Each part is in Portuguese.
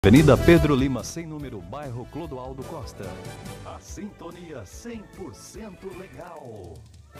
Avenida Pedro Lima, sem número, bairro Clodoaldo Costa. A sintonia 100% legal.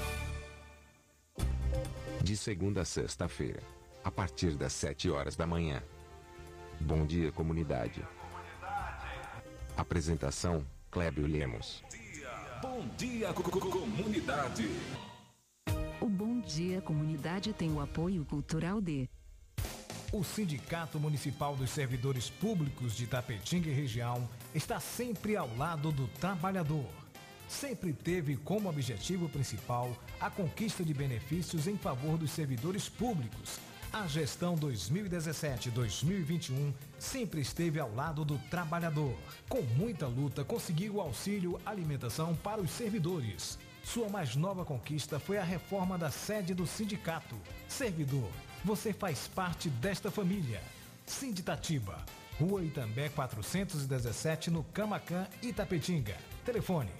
De segunda a sexta-feira, a partir das 7 horas da manhã. Bom dia, comunidade. Apresentação, Clébio Lemos. Bom dia, comunidade. O Bom Dia Comunidade tem o apoio cultural de... O Sindicato Municipal dos Servidores Públicos de Itapetinga e região está sempre ao lado do trabalhador. Sempre teve como objetivo principal a conquista de benefícios em favor dos servidores públicos. A gestão 2017-2021 sempre esteve ao lado do trabalhador. Com muita luta, conseguiu o auxílio alimentação para os servidores. Sua mais nova conquista foi a reforma da sede do sindicato. Servidor, você faz parte desta família. Sinditatiba, Rua Itambé 417, no Camaquã, Itapetinga. Telefone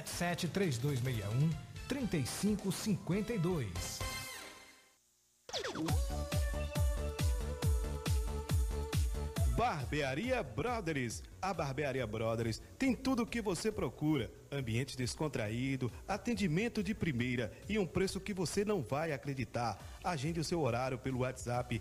77-3261-3552. Barbearia Brothers. A Barbearia Brothers tem tudo o que você procura. Ambiente descontraído, atendimento de primeira e um preço que você não vai acreditar. Agende o seu horário pelo WhatsApp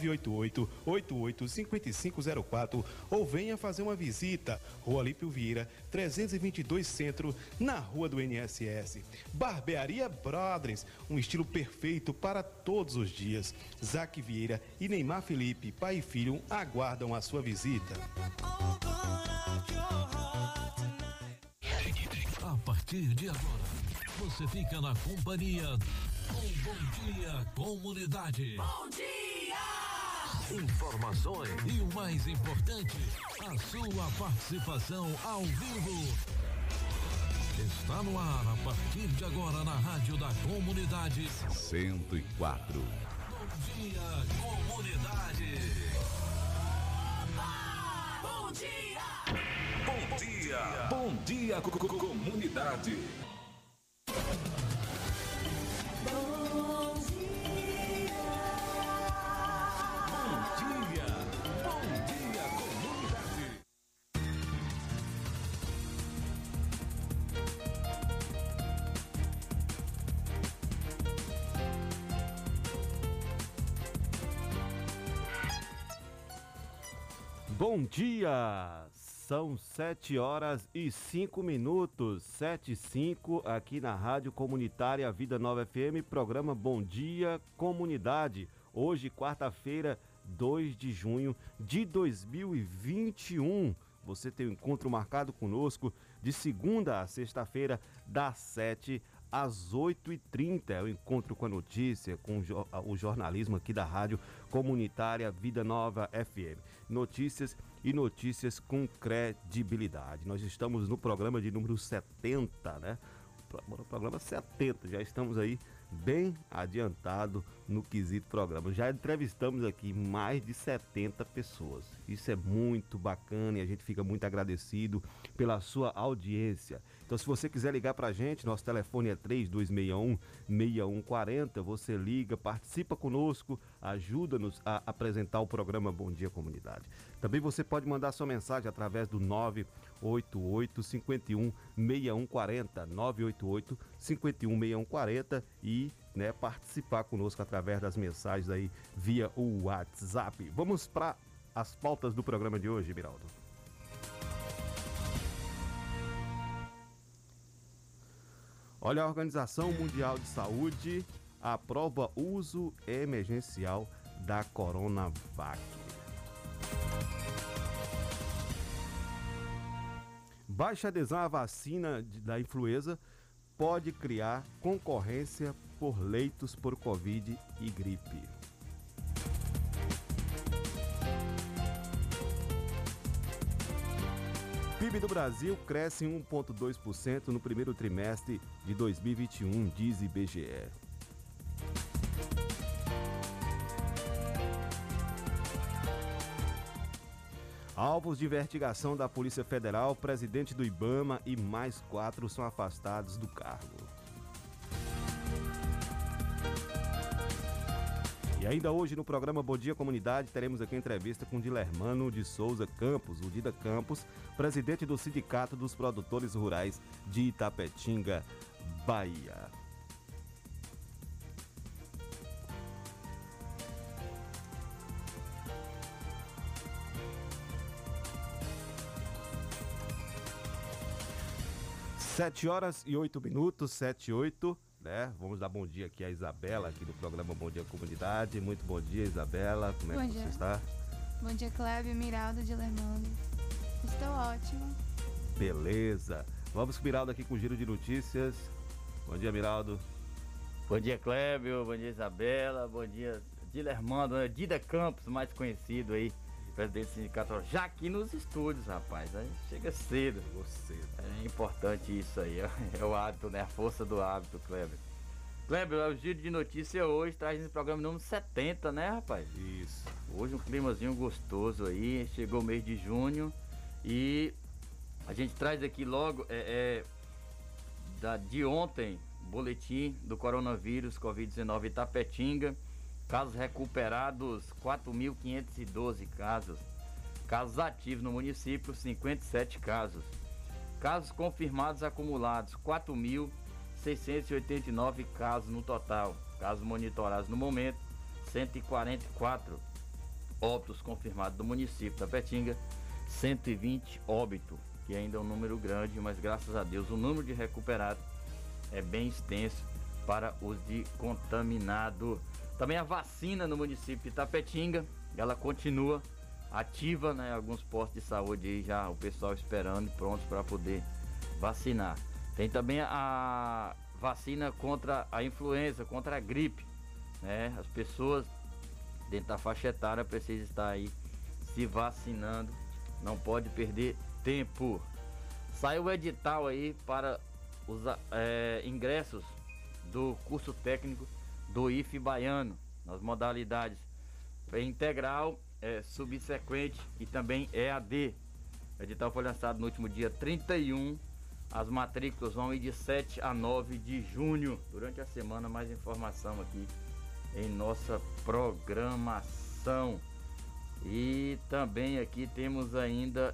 988-885504 ou venha fazer uma visita. Rua Lípio Vieira, 322 Centro, na Rua do NSS. Barbearia Brothers, um estilo perfeito para todos os dias. Zac Vieira e Neymar Felipe, pai e filho, aguardam a sua visita. A partir de agora, você fica na companhia do Bom Dia Comunidade. Bom dia! Informações e o mais importante, a sua participação ao vivo. Está no ar a partir de agora na Rádio da Comunidade 104. Bom dia, comunidade. Bom dia! Bom dia! Bom dia, comunidade! Bom dia! São 7 horas e 5 minutos, 7 e 5, aqui na Rádio Comunitária Vida Nova FM, programa Bom Dia Comunidade. Hoje, quarta-feira, 2 de junho de 2021. Você tem um encontro marcado conosco de segunda a sexta-feira, das 7 às 8h30. É o encontro com a notícia, com o jornalismo aqui da Rádio Comunitária Vida Nova FM. Notícias e notícias com credibilidade. Nós estamos no programa de número 70, né? Programa 70, já estamos aí bem adiantado no quesito programa. Já entrevistamos aqui mais de 70 pessoas. Isso é muito bacana e a gente fica muito agradecido pela sua audiência. Então, se você quiser ligar pra gente, nosso telefone é 3261-6140. Você liga, participa conosco, ajuda-nos a apresentar o programa Bom Dia Comunidade. Também você pode mandar sua mensagem através do 988-51-6140, 988-51-6140 e participar conosco através das mensagens aí via o WhatsApp. Vamos para as pautas do programa de hoje, Miraldo. Olha, a Organização Mundial de Saúde aprova uso emergencial da Coronavac. Baixa adesão à vacina da influenza pode criar concorrência por leitos por Covid e gripe. PIB do Brasil cresce em 1,2% no primeiro trimestre de 2021, diz IBGE. Alvos de investigação da Polícia Federal, presidente do IBAMA e mais 4 são afastados do cargo. E ainda hoje no programa Bom Dia Comunidade teremos aqui entrevista com Dilermano de Souza Campos, o Dida Campos, presidente do Sindicato dos Produtores Rurais de Itapetinga, Bahia. Sete horas e 8 minutos, 7 e 8. Né? Vamos dar bom dia aqui a Isabela, aqui do programa Bom Dia Comunidade. Muito bom dia, Isabela. Como é que você está? Bom dia, Clébio, Miraldo, Dilermano. Estou ótima. Beleza. Vamos com o Miraldo aqui com o giro de notícias. Bom dia, Miraldo. Bom dia, Clébio. Bom dia, Isabela. Bom dia, Dilermano, né? Dida Campos, mais conhecido aí, presidente do sindicato. Já aqui nos estúdios, rapaz. A gente chega cedo. É importante isso aí. É o hábito, né? A força do hábito, Clébio. Clébio, o giro de notícia hoje traz esse programa número 70, né, rapaz? Isso. Hoje um climazinho gostoso aí. Chegou o mês de junho e a gente traz aqui logo de ontem, boletim do coronavírus Covid-19 Itapetinga. Casos recuperados, 4.512 casos. Casos ativos no município, 57 casos. Casos confirmados acumulados, 4.689 casos no total. Casos monitorados no momento, 144. Óbitos confirmados do município da Itapetinga, 120 óbitos, que ainda é um número grande, mas graças a Deus o número de recuperados é bem extenso para os de contaminado. Também a vacina no município de Itapetinga, ela continua ativa, né? Alguns postos de saúde aí já o pessoal esperando e prontos para poder vacinar. Tem também a vacina contra a influenza, contra a gripe, né? As pessoas dentro da faixa etária precisam estar aí se vacinando, não pode perder tempo. Saiu o edital aí para os ingressos do curso técnico do IFE Baiano, nas modalidades integral, subsequente e também EAD. O edital foi lançado no último dia 31. As matrículas vão ir de 7 a 9 de junho. Durante a semana, mais informação aqui em nossa programação. E também aqui temos ainda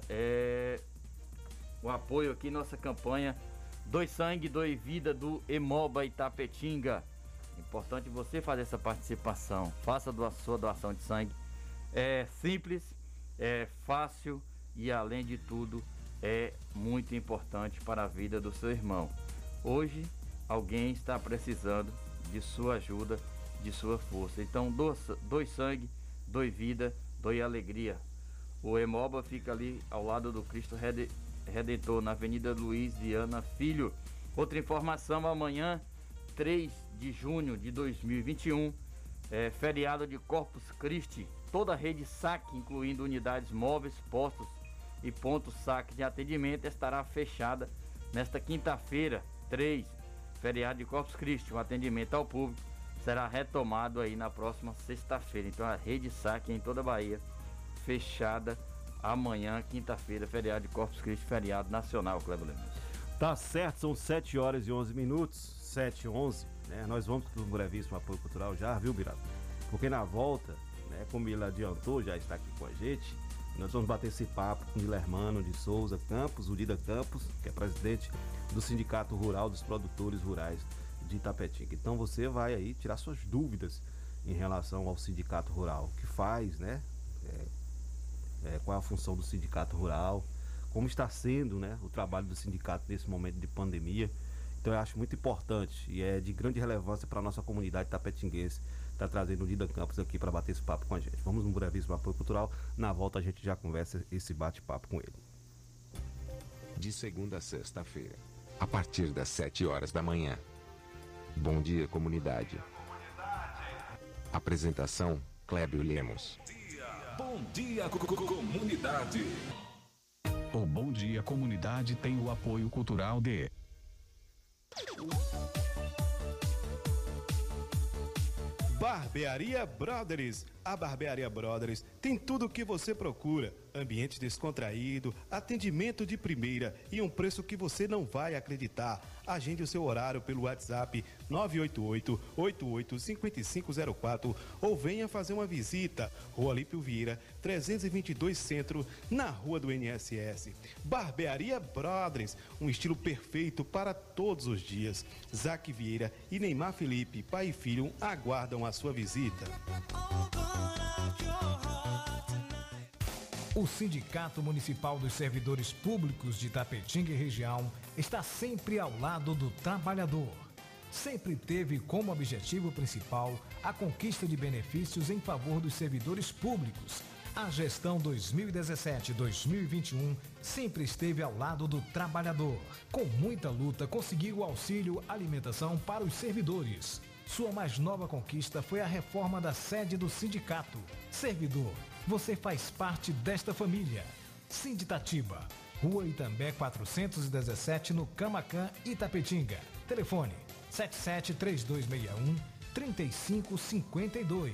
o apoio aqui, nossa campanha Doe Sangue, Doe Vida do Hemoba Itapetinga. Importante você fazer essa participação. Faça a sua doação de sangue. É simples, é fácil e, além de tudo, é muito importante para a vida do seu irmão. Hoje, alguém está precisando de sua ajuda, de sua força. Então, doe sangue, doe vida, doe alegria. O Hemoba fica ali ao lado do Cristo Redentor, na Avenida Luiz Viana Filho. Outra informação, amanhã, 3 de junho de 2021, feriado de Corpus Christi. Toda a rede SAC, incluindo unidades móveis, postos e pontos SAC de atendimento, estará fechada nesta quinta-feira, 3, feriado de Corpus Christi. O atendimento ao público será retomado aí na próxima sexta-feira. Então a rede SAC em toda a Bahia fechada amanhã, quinta-feira, feriado de Corpus Christi, feriado nacional, Cleber Lemos. Tá certo, são 7 horas e 11 minutos, 7 e 11, né? Nós vamos para um brevíssimo apoio cultural já, viu, Birado? Porque na volta, né, como ele adiantou, já está aqui com a gente, nós vamos bater esse papo com o Dilermano de Souza Campos, o Dida Campos, que é presidente do Sindicato Rural dos Produtores Rurais de Itapetinga. Então você vai aí tirar suas dúvidas em relação ao Sindicato Rural, o que faz, né? Qual é a função do Sindicato Rural, como está sendo, né, o trabalho do sindicato nesse momento de pandemia. Então eu acho muito importante e é de grande relevância para a nossa comunidade tapetinguense estar trazendo o Dida Campos aqui para bater esse papo com a gente. Vamos num brevíssimo apoio cultural, na volta a gente já conversa esse bate-papo com ele. De segunda a sexta-feira, a partir das 7 horas da manhã. Bom dia, comunidade. Apresentação, Clébio Lemos. Bom dia, comunidade. O Bom Dia Comunidade tem o apoio cultural de Barbearia Brothers. A Barbearia Brothers tem tudo o que você procura: Ambiente descontraído, atendimento de primeira e um preço que você não vai acreditar. Agende o seu horário pelo WhatsApp 988-885504 ou venha fazer uma visita. Rua Lípio Vieira, 322 Centro, na Rua do NSS. Barbearia Brothers, um estilo perfeito para todos os dias. Zac Vieira e Neymar Felipe, pai e filho, aguardam a sua visita. O Sindicato Municipal dos Servidores Públicos de Itapetinga e região está sempre ao lado do trabalhador. Sempre teve como objetivo principal a conquista de benefícios em favor dos servidores públicos. A gestão 2017-2021 sempre esteve ao lado do trabalhador. Com muita luta, conseguiu o auxílio alimentação para os servidores. Sua mais nova conquista foi a reforma da sede do sindicato. Servidor, você faz parte desta família. Sinditatiba, Rua Itambé 417, no Camacan, Itapetinga. Telefone 77-3261-3552.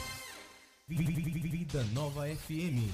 Vida Nova FM.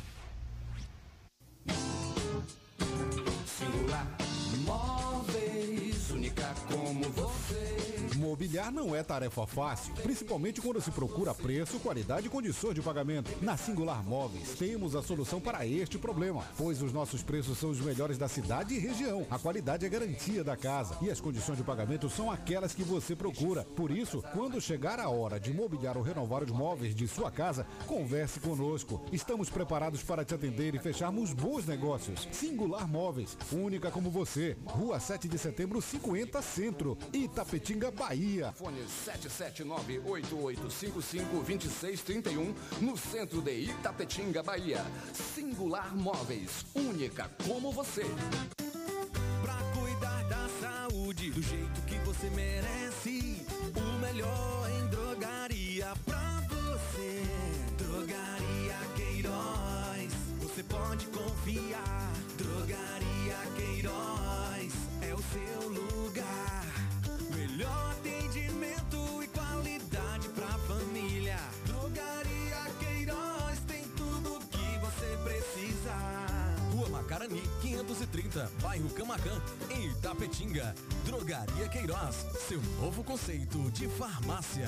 Singular Móveis, única como você. Mobiliar não é tarefa fácil, principalmente quando se procura preço, qualidade e condições de pagamento. Na Singular Móveis, temos a solução para este problema, pois os nossos preços são os melhores da cidade e região. A qualidade é garantia da casa e as condições de pagamento são aquelas que você procura. Por isso, quando chegar a hora de mobiliar ou renovar os móveis de sua casa, converse conosco. Estamos preparados para te atender e fecharmos bons negócios. Singular Móveis, única como você. Rua 7 de Setembro, 50 Centro, Itapetinga, Bahia. Fone 779-8855-2631, no centro de Itapetinga, Bahia. Singular Móveis, única como você. Pra cuidar da saúde do jeito que você merece, o melhor em drogaria pra você. Drogaria Queiroz, você pode confiar. Drogaria Queiroz é o seu lugar. Melhor atendimento e qualidade pra família. Drogaria Queiroz tem tudo que você precisa. Rua Macarani, 530, bairro Camacan, em Itapetinga. Drogaria Queiroz, seu novo conceito de farmácia.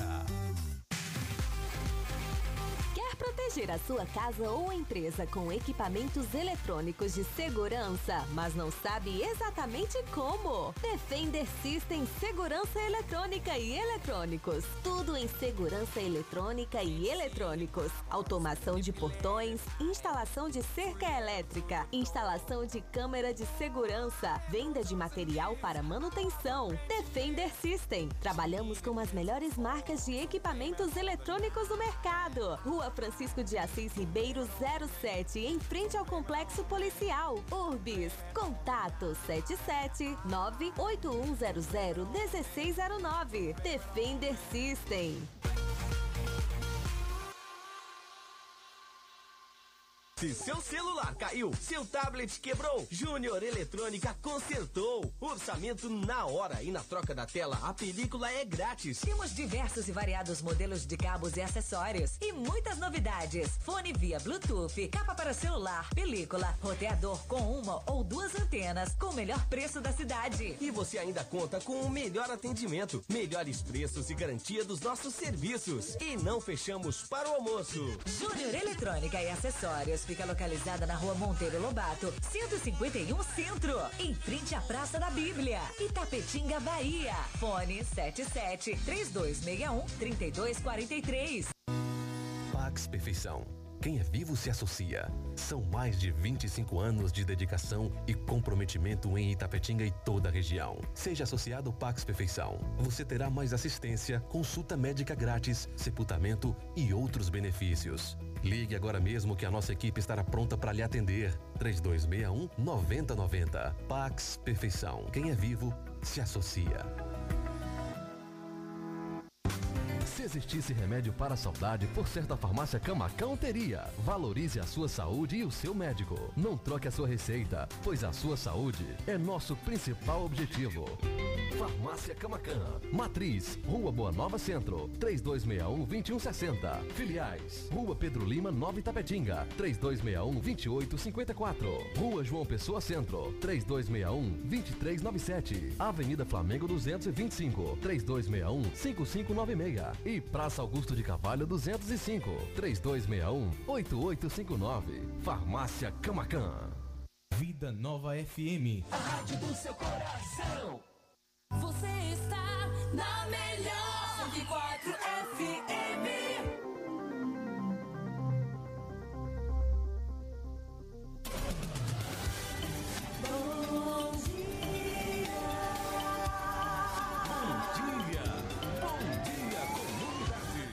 Quer proteger a sua casa ou empresa com equipamentos eletrônicos de segurança, mas não sabe exatamente como? Defender System Segurança Eletrônica e Eletrônicos. Tudo em segurança eletrônica e eletrônicos. Automação de portões, instalação de cerca elétrica, instalação de câmera de segurança, venda de material para manutenção. Defender System. Trabalhamos com as melhores marcas de equipamentos eletrônicos do mercado. Rua Francisco de Assis Ribeiro 07, em frente ao Complexo Policial. Urbis. Contato 77-98100-1609. Defender System. Se seu celular caiu, seu tablet quebrou, Júnior Eletrônica consertou. Orçamento na hora e na troca da tela, a película é grátis. Temos diversos e variados modelos de cabos e acessórios e muitas novidades. Fone via Bluetooth, capa para celular, película, roteador com uma ou duas antenas com o melhor preço da cidade. E você ainda conta com o melhor atendimento, melhores preços e garantia dos nossos serviços. E não fechamos para o almoço. Júnior Eletrônica e Acessórios fica localizada na Rua Monteiro Lobato, 151 Centro, em frente à Praça da Bíblia, Itapetinga, Bahia. Fone 77-3261-3243. Pax Perfeição. Quem é vivo se associa. São mais de 25 anos de dedicação e comprometimento em Itapetinga e toda a região. Seja associado ao Pax Perfeição. Você terá mais assistência, consulta médica grátis, sepultamento e outros benefícios. Ligue agora mesmo que a nossa equipe estará pronta para lhe atender. 3261-9090. Pax Perfeição. Quem é vivo se associa. existisse remédio para a saudade, por certo a farmácia Camacão teria. Valorize a sua saúde e o seu médico. Não troque a sua receita, pois a sua saúde é nosso principal objetivo. Farmácia Camacã. Matriz, Rua Boa Nova Centro, 3261-2160. Filiais, Rua Pedro Lima, 9 Itapetinga, 3261-2854. Rua João Pessoa Centro, 3261-2397. Avenida Flamengo 225, 3261-5596. E Praça Augusto de Carvalho 205, 3261-8859. Farmácia Camacã. Vida Nova FM. A rádio do seu coração. Você está na melhor 104 FM. Bom dia. Bom dia, comunidade.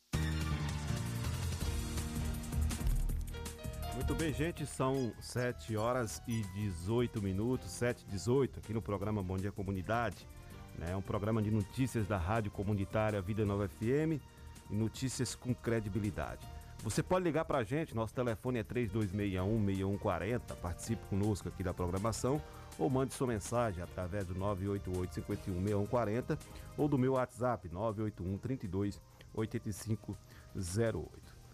Muito bem, gente, são 7 horas e 18 minutos, 7h18, aqui no programa Bom Dia Comunidade. É um programa de notícias da Rádio Comunitária Vida Nova FM e notícias com credibilidade. Você pode ligar para a gente, nosso telefone é 3261-6140, participe conosco aqui da programação ou mande sua mensagem através do 988-51-6140 ou do meu WhatsApp 981-32-8508.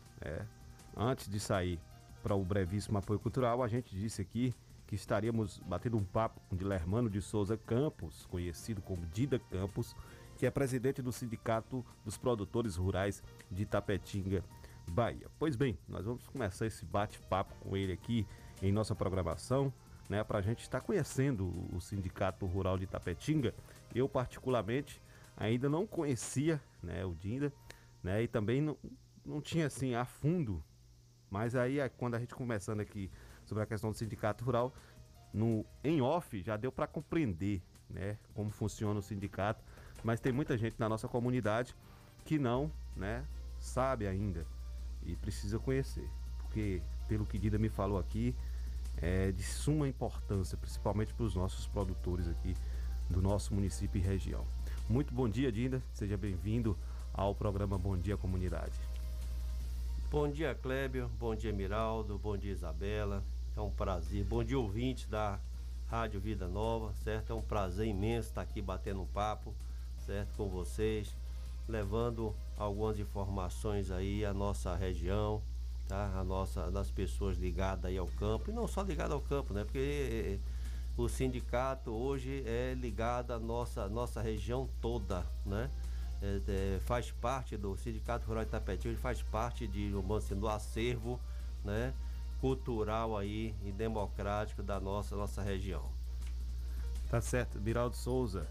Antes de sair para o brevíssimo apoio cultural, a gente disse aqui que estaríamos batendo um papo com Dilermano de Souza Campos, conhecido como Dida Campos, que é presidente do Sindicato dos Produtores Rurais de Itapetinga, Bahia. Pois bem, nós vamos começar esse bate-papo com ele aqui em nossa programação, né, para a gente estar conhecendo o Sindicato Rural de Itapetinga. Eu, particularmente, ainda não conhecia, né, o Dida, né, e também não tinha assim a fundo, mas aí quando a gente conversando aqui sobre a questão do sindicato rural, em off já deu para compreender, né, como funciona o sindicato, mas tem muita gente na nossa comunidade que não, né, sabe ainda e precisa conhecer, porque pelo que Dida me falou aqui, é de suma importância, principalmente para os nossos produtores aqui do nosso município e região. Muito bom dia, Dida, seja bem-vindo ao programa Bom Dia Comunidade. Bom dia, Clébio, bom dia, Miraldo, bom dia, Isabela. É um prazer. Bom dia, ouvintes da Rádio Vida Nova, certo? É um prazer imenso estar aqui batendo um papo, certo, com vocês, levando algumas informações aí à nossa região, tá? Das pessoas ligadas aí ao campo, e não só ligadas ao campo, né? Porque o sindicato hoje é ligado à nossa região toda, né? Faz parte do Sindicato Rural de Itapetinga, faz parte do acervo, né, cultural aí e democrático da nossa região. Tá certo, Miraldo Souza.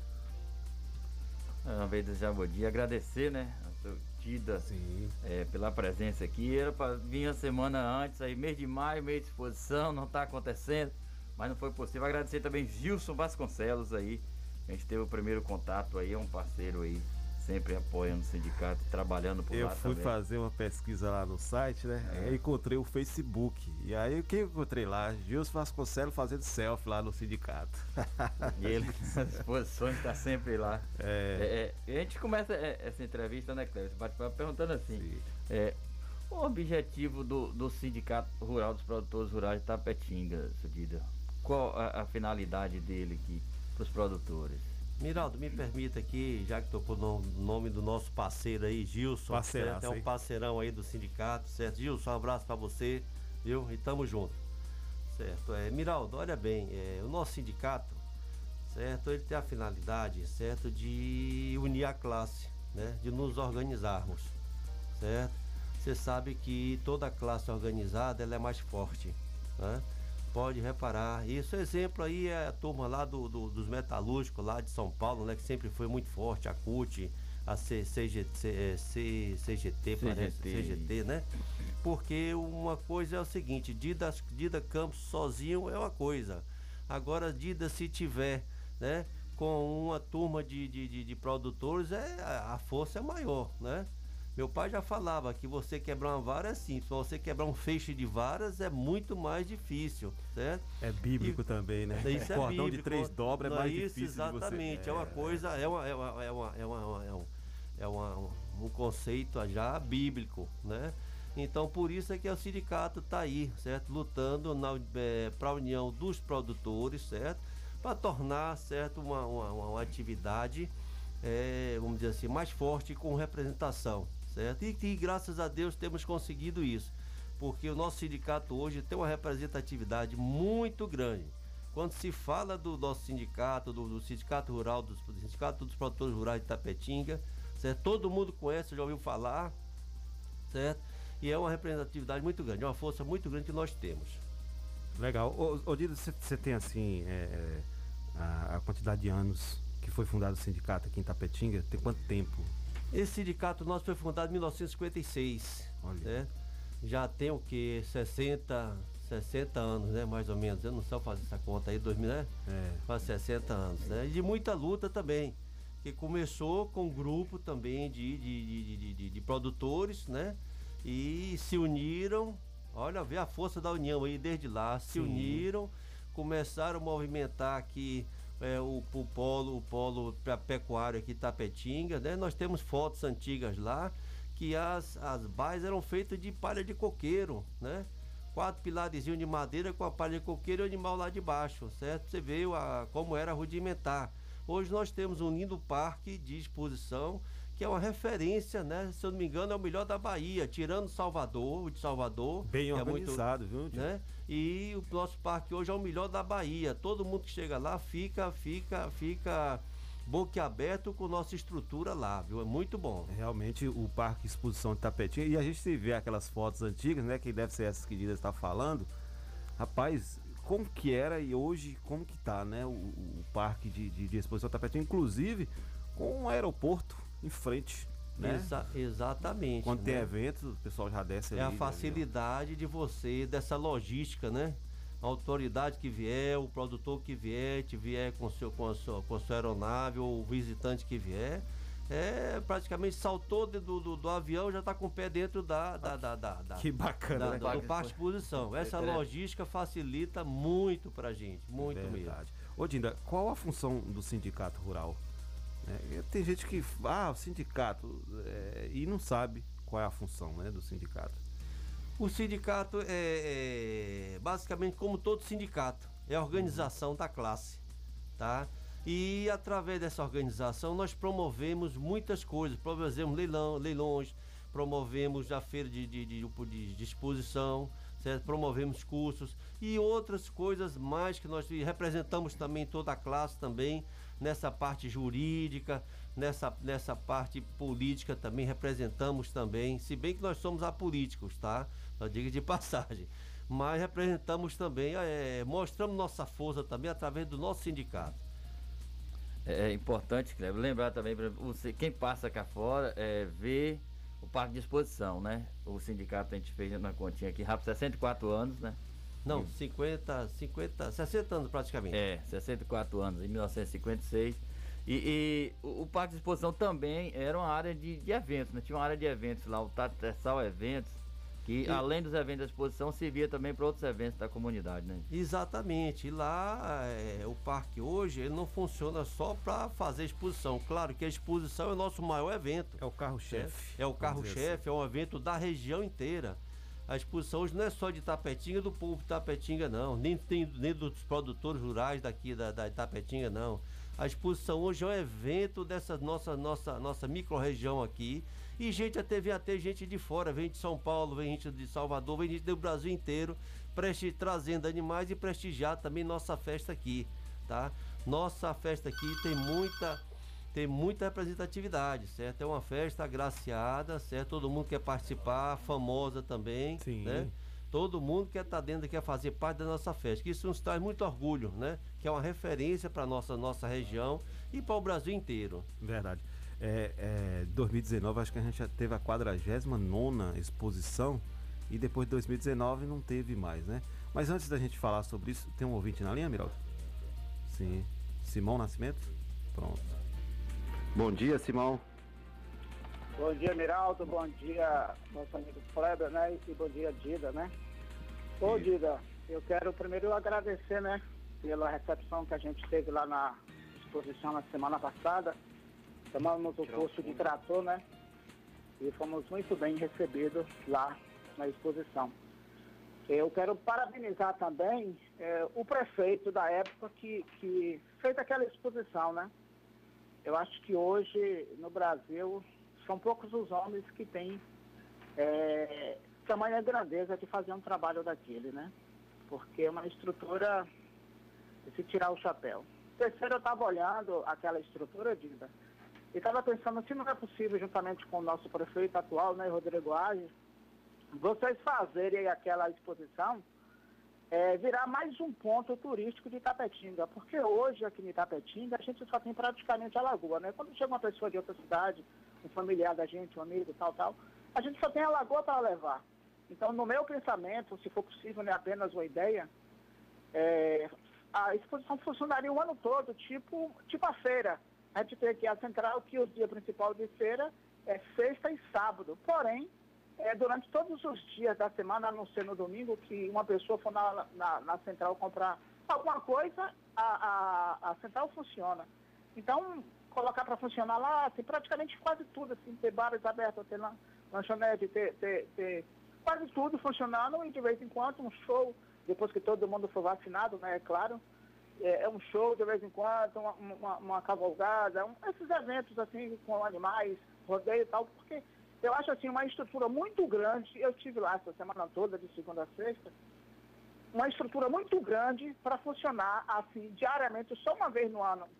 Uma vez desejar bom dia, agradecer, né, a sua Dida, pela presença aqui. Era para vir uma semana antes, aí mês de maio, mês de exposição, não está acontecendo, mas não foi possível. Agradecer também Gilson Vasconcelos aí, a gente teve o primeiro contato aí, é um parceiro aí, sempre apoiando o sindicato, trabalhando por lá também. Eu fui fazer uma pesquisa lá no site, né? Aí encontrei o Facebook. E aí o que eu encontrei lá? Gilson Vasconcelos fazendo selfie lá no sindicato. E ele, nas exposições, está sempre lá. A gente começa essa entrevista, né, Cléber? Você bate-papo perguntando assim: o objetivo do Sindicato Rural dos Produtores Rurais de Itapetinga, Dida? Qual a finalidade dele aqui para os produtores? Miraldo, me permita aqui, já que tocou no nome do nosso parceiro aí, Gilson, certo? É um parceirão aí do sindicato, certo? Gilson, um abraço para você, viu? E tamo junto, certo? Miraldo, olha bem, o nosso sindicato, certo? Ele tem a finalidade, certo? De unir a classe, né? De nos organizarmos, certo? Você sabe que toda classe organizada, ela é mais forte, né? Pode reparar, isso exemplo aí é a turma lá dos metalúrgicos lá de São Paulo, né, que sempre foi muito forte, a CUT, a CGT, né? Porque uma coisa é o seguinte, Dida Campos sozinho é uma coisa, agora Dida se tiver, né, com uma turma de produtores, a força é maior, né? Meu pai já falava que você quebrar uma vara é simples, mas você quebrar um feixe de varas é muito mais difícil, certo? É bíblico também, né? Isso é cordão bíblico, de 3 dobras é mais difícil exatamente, de você... é uma coisa, É um conceito já bíblico, né? Então, por isso é que o sindicato está aí, certo? Lutando para a união dos produtores, certo? Para tornar, certo, uma atividade, vamos dizer assim, mais forte com representação, certo? E graças a Deus temos conseguido isso, porque o nosso sindicato hoje tem uma representatividade muito grande. Quando se fala do nosso sindicato, do Sindicato Rural, do Sindicato dos Produtores Rurais de Itapetinga, certo? Todo mundo conhece, já ouviu falar, certo? E é uma representatividade muito grande, é uma força muito grande que nós temos. Legal. Ô Dido, você tem assim a quantidade de anos que foi fundado o sindicato aqui em Itapetinga? Tem quanto tempo? Esse sindicato nosso foi fundado em 1956. Olha. Né? Já tem o quê? 60 anos, né? Mais ou menos. Eu não sei fazer essa conta aí, 2000, né? Faz 60 anos, né? E de muita luta também. Que começou com um grupo também de produtores, né? E se uniram, olha, vê a força da união aí desde lá, se uniram, começaram a movimentar aqui o polo pecuário aqui Itapetinga, né? Nós temos fotos antigas lá, que as baias eram feitas de palha de coqueiro, né? 4 pilarezinhos de madeira com a palha de coqueiro e o animal lá de baixo, certo? Você vê como era rudimentar. Hoje nós temos um lindo parque de exposição, que é uma referência, né? Se eu não me engano, é o melhor da Bahia, tirando o de Salvador. Bem organizado, viu? Né? E o nosso parque hoje é o melhor da Bahia. Todo mundo que chega lá fica boquiaberto com nossa estrutura lá, viu? É muito bom. Realmente o Parque Exposição de Itapetinga, e a gente se vê aquelas fotos antigas, né? Que deve ser essas que Dida está falando. Rapaz, como que era e hoje como que tá, né? O Parque de Exposição de Itapetinga, inclusive com um aeroporto em frente, né? Exatamente. Quando tem eventos, o pessoal já desce ali. É a facilidade de você, dessa logística, né? A autoridade que vier, o produtor que vier, com a sua aeronave, ou o visitante que vier, praticamente saltou do avião, já está com o pé dentro que bacana, do parque de exposição. Essa logística facilita muito pra gente, muito mesmo. Ô Dinda, qual a função do sindicato rural? Tem gente que o sindicato e não sabe qual é a função, né, do sindicato. O sindicato é basicamente como todo sindicato, é a organização da classe, tá? E através dessa organização nós promovemos muitas coisas, promovemos leilões, promovemos a feira de exposição, certo? Promovemos cursos e outras coisas mais que nós representamos também toda a classe também, nessa parte jurídica, nessa parte política também representamos também, se bem que nós somos apolíticos, tá? Só diga de passagem. Mas representamos também, mostramos nossa força também através do nosso sindicato. É importante, Cleber, lembrar também, você, quem passa cá fora, vê o parque de exposição, né? O sindicato, a gente fez na continha aqui, rápido, 64 anos, né? Não, 60 anos praticamente. 64 anos, em 1956. E o parque de exposição também era uma área de eventos, né? Tinha uma área de eventos lá, o Tatsal Eventos, que além dos eventos da exposição, servia também para outros eventos da comunidade, né? Exatamente. E lá, o parque hoje, ele não funciona só para fazer exposição. Claro que a exposição é o nosso maior evento. É o carro-chefe. É o carro-chefe, é um evento da região inteira. A exposição hoje não é só de Itapetinga, do povo de Itapetinga, não. Nem dos produtores rurais daqui da Itapetinga, não. A exposição hoje é um evento dessa nossa micro-região aqui. E vem até gente de fora, vem de São Paulo, vem gente de Salvador, vem gente do Brasil inteiro, trazendo animais e prestigiar também nossa festa aqui, tá? Nossa festa aqui tem muita representatividade, certo? É uma festa agraciada, certo? Todo mundo quer participar, famosa também, sim, né? Todo mundo quer estar dentro, quer fazer parte da nossa festa, que isso nos traz muito orgulho, né? Que é uma referência para nossa região e para o Brasil inteiro. Verdade. 2019, acho que a gente já teve a 49ª exposição e depois de 2019 não teve mais, né? Mas antes da gente falar sobre isso, tem um ouvinte na linha, Miraldo? Sim. Simão Nascimento? Pronto. Bom dia, Simão. Bom dia, Miraldo. Bom dia, nosso amigo Kleber, né? E bom dia, Dida, né? Ô, Dida, eu quero primeiro agradecer, né? Pela recepção que a gente teve lá na exposição na semana passada. tomamos o curso de trator, né? E fomos muito bem recebidos lá na exposição. Eu quero parabenizar também o prefeito da época que fez aquela exposição, né? Eu acho que hoje, no Brasil, são poucos os homens que têm tamanha grandeza de fazer um trabalho daquele, né? Porque é uma estrutura de se tirar o chapéu. Terceiro, eu estava olhando aquela estrutura, Dinda, e estava pensando se não é possível, juntamente com o nosso prefeito atual, né, Rodrigo Ages, vocês fazerem aquela exposição virar mais um ponto turístico de Itapetinga, porque hoje aqui em Itapetinga a gente só tem praticamente a lagoa, né? Quando chega uma pessoa de outra cidade, um familiar da gente, um amigo, tal, a gente só tem a lagoa para levar. Então, no meu pensamento, se for possível, não é apenas uma ideia, a exposição funcionaria o ano todo, tipo a feira. A gente tem aqui a central, que o dia principal de feira é sexta e sábado. Porém, durante todos os dias da semana, a não ser no domingo, que uma pessoa for na central comprar alguma coisa, a central funciona. Então, colocar para funcionar lá, assim, praticamente quase tudo, assim, ter bares abertos, ter lanchonete, ter quase tudo funcionando, e de vez em quando um show, depois que todo mundo for vacinado, né, é claro, um show de vez em quando, uma cavalgada, esses eventos assim com animais, rodeio e tal, porque eu acho assim uma estrutura muito grande. Eu estive lá essa semana toda, de segunda a sexta, uma estrutura muito grande para funcionar assim diariamente, só uma vez no ano,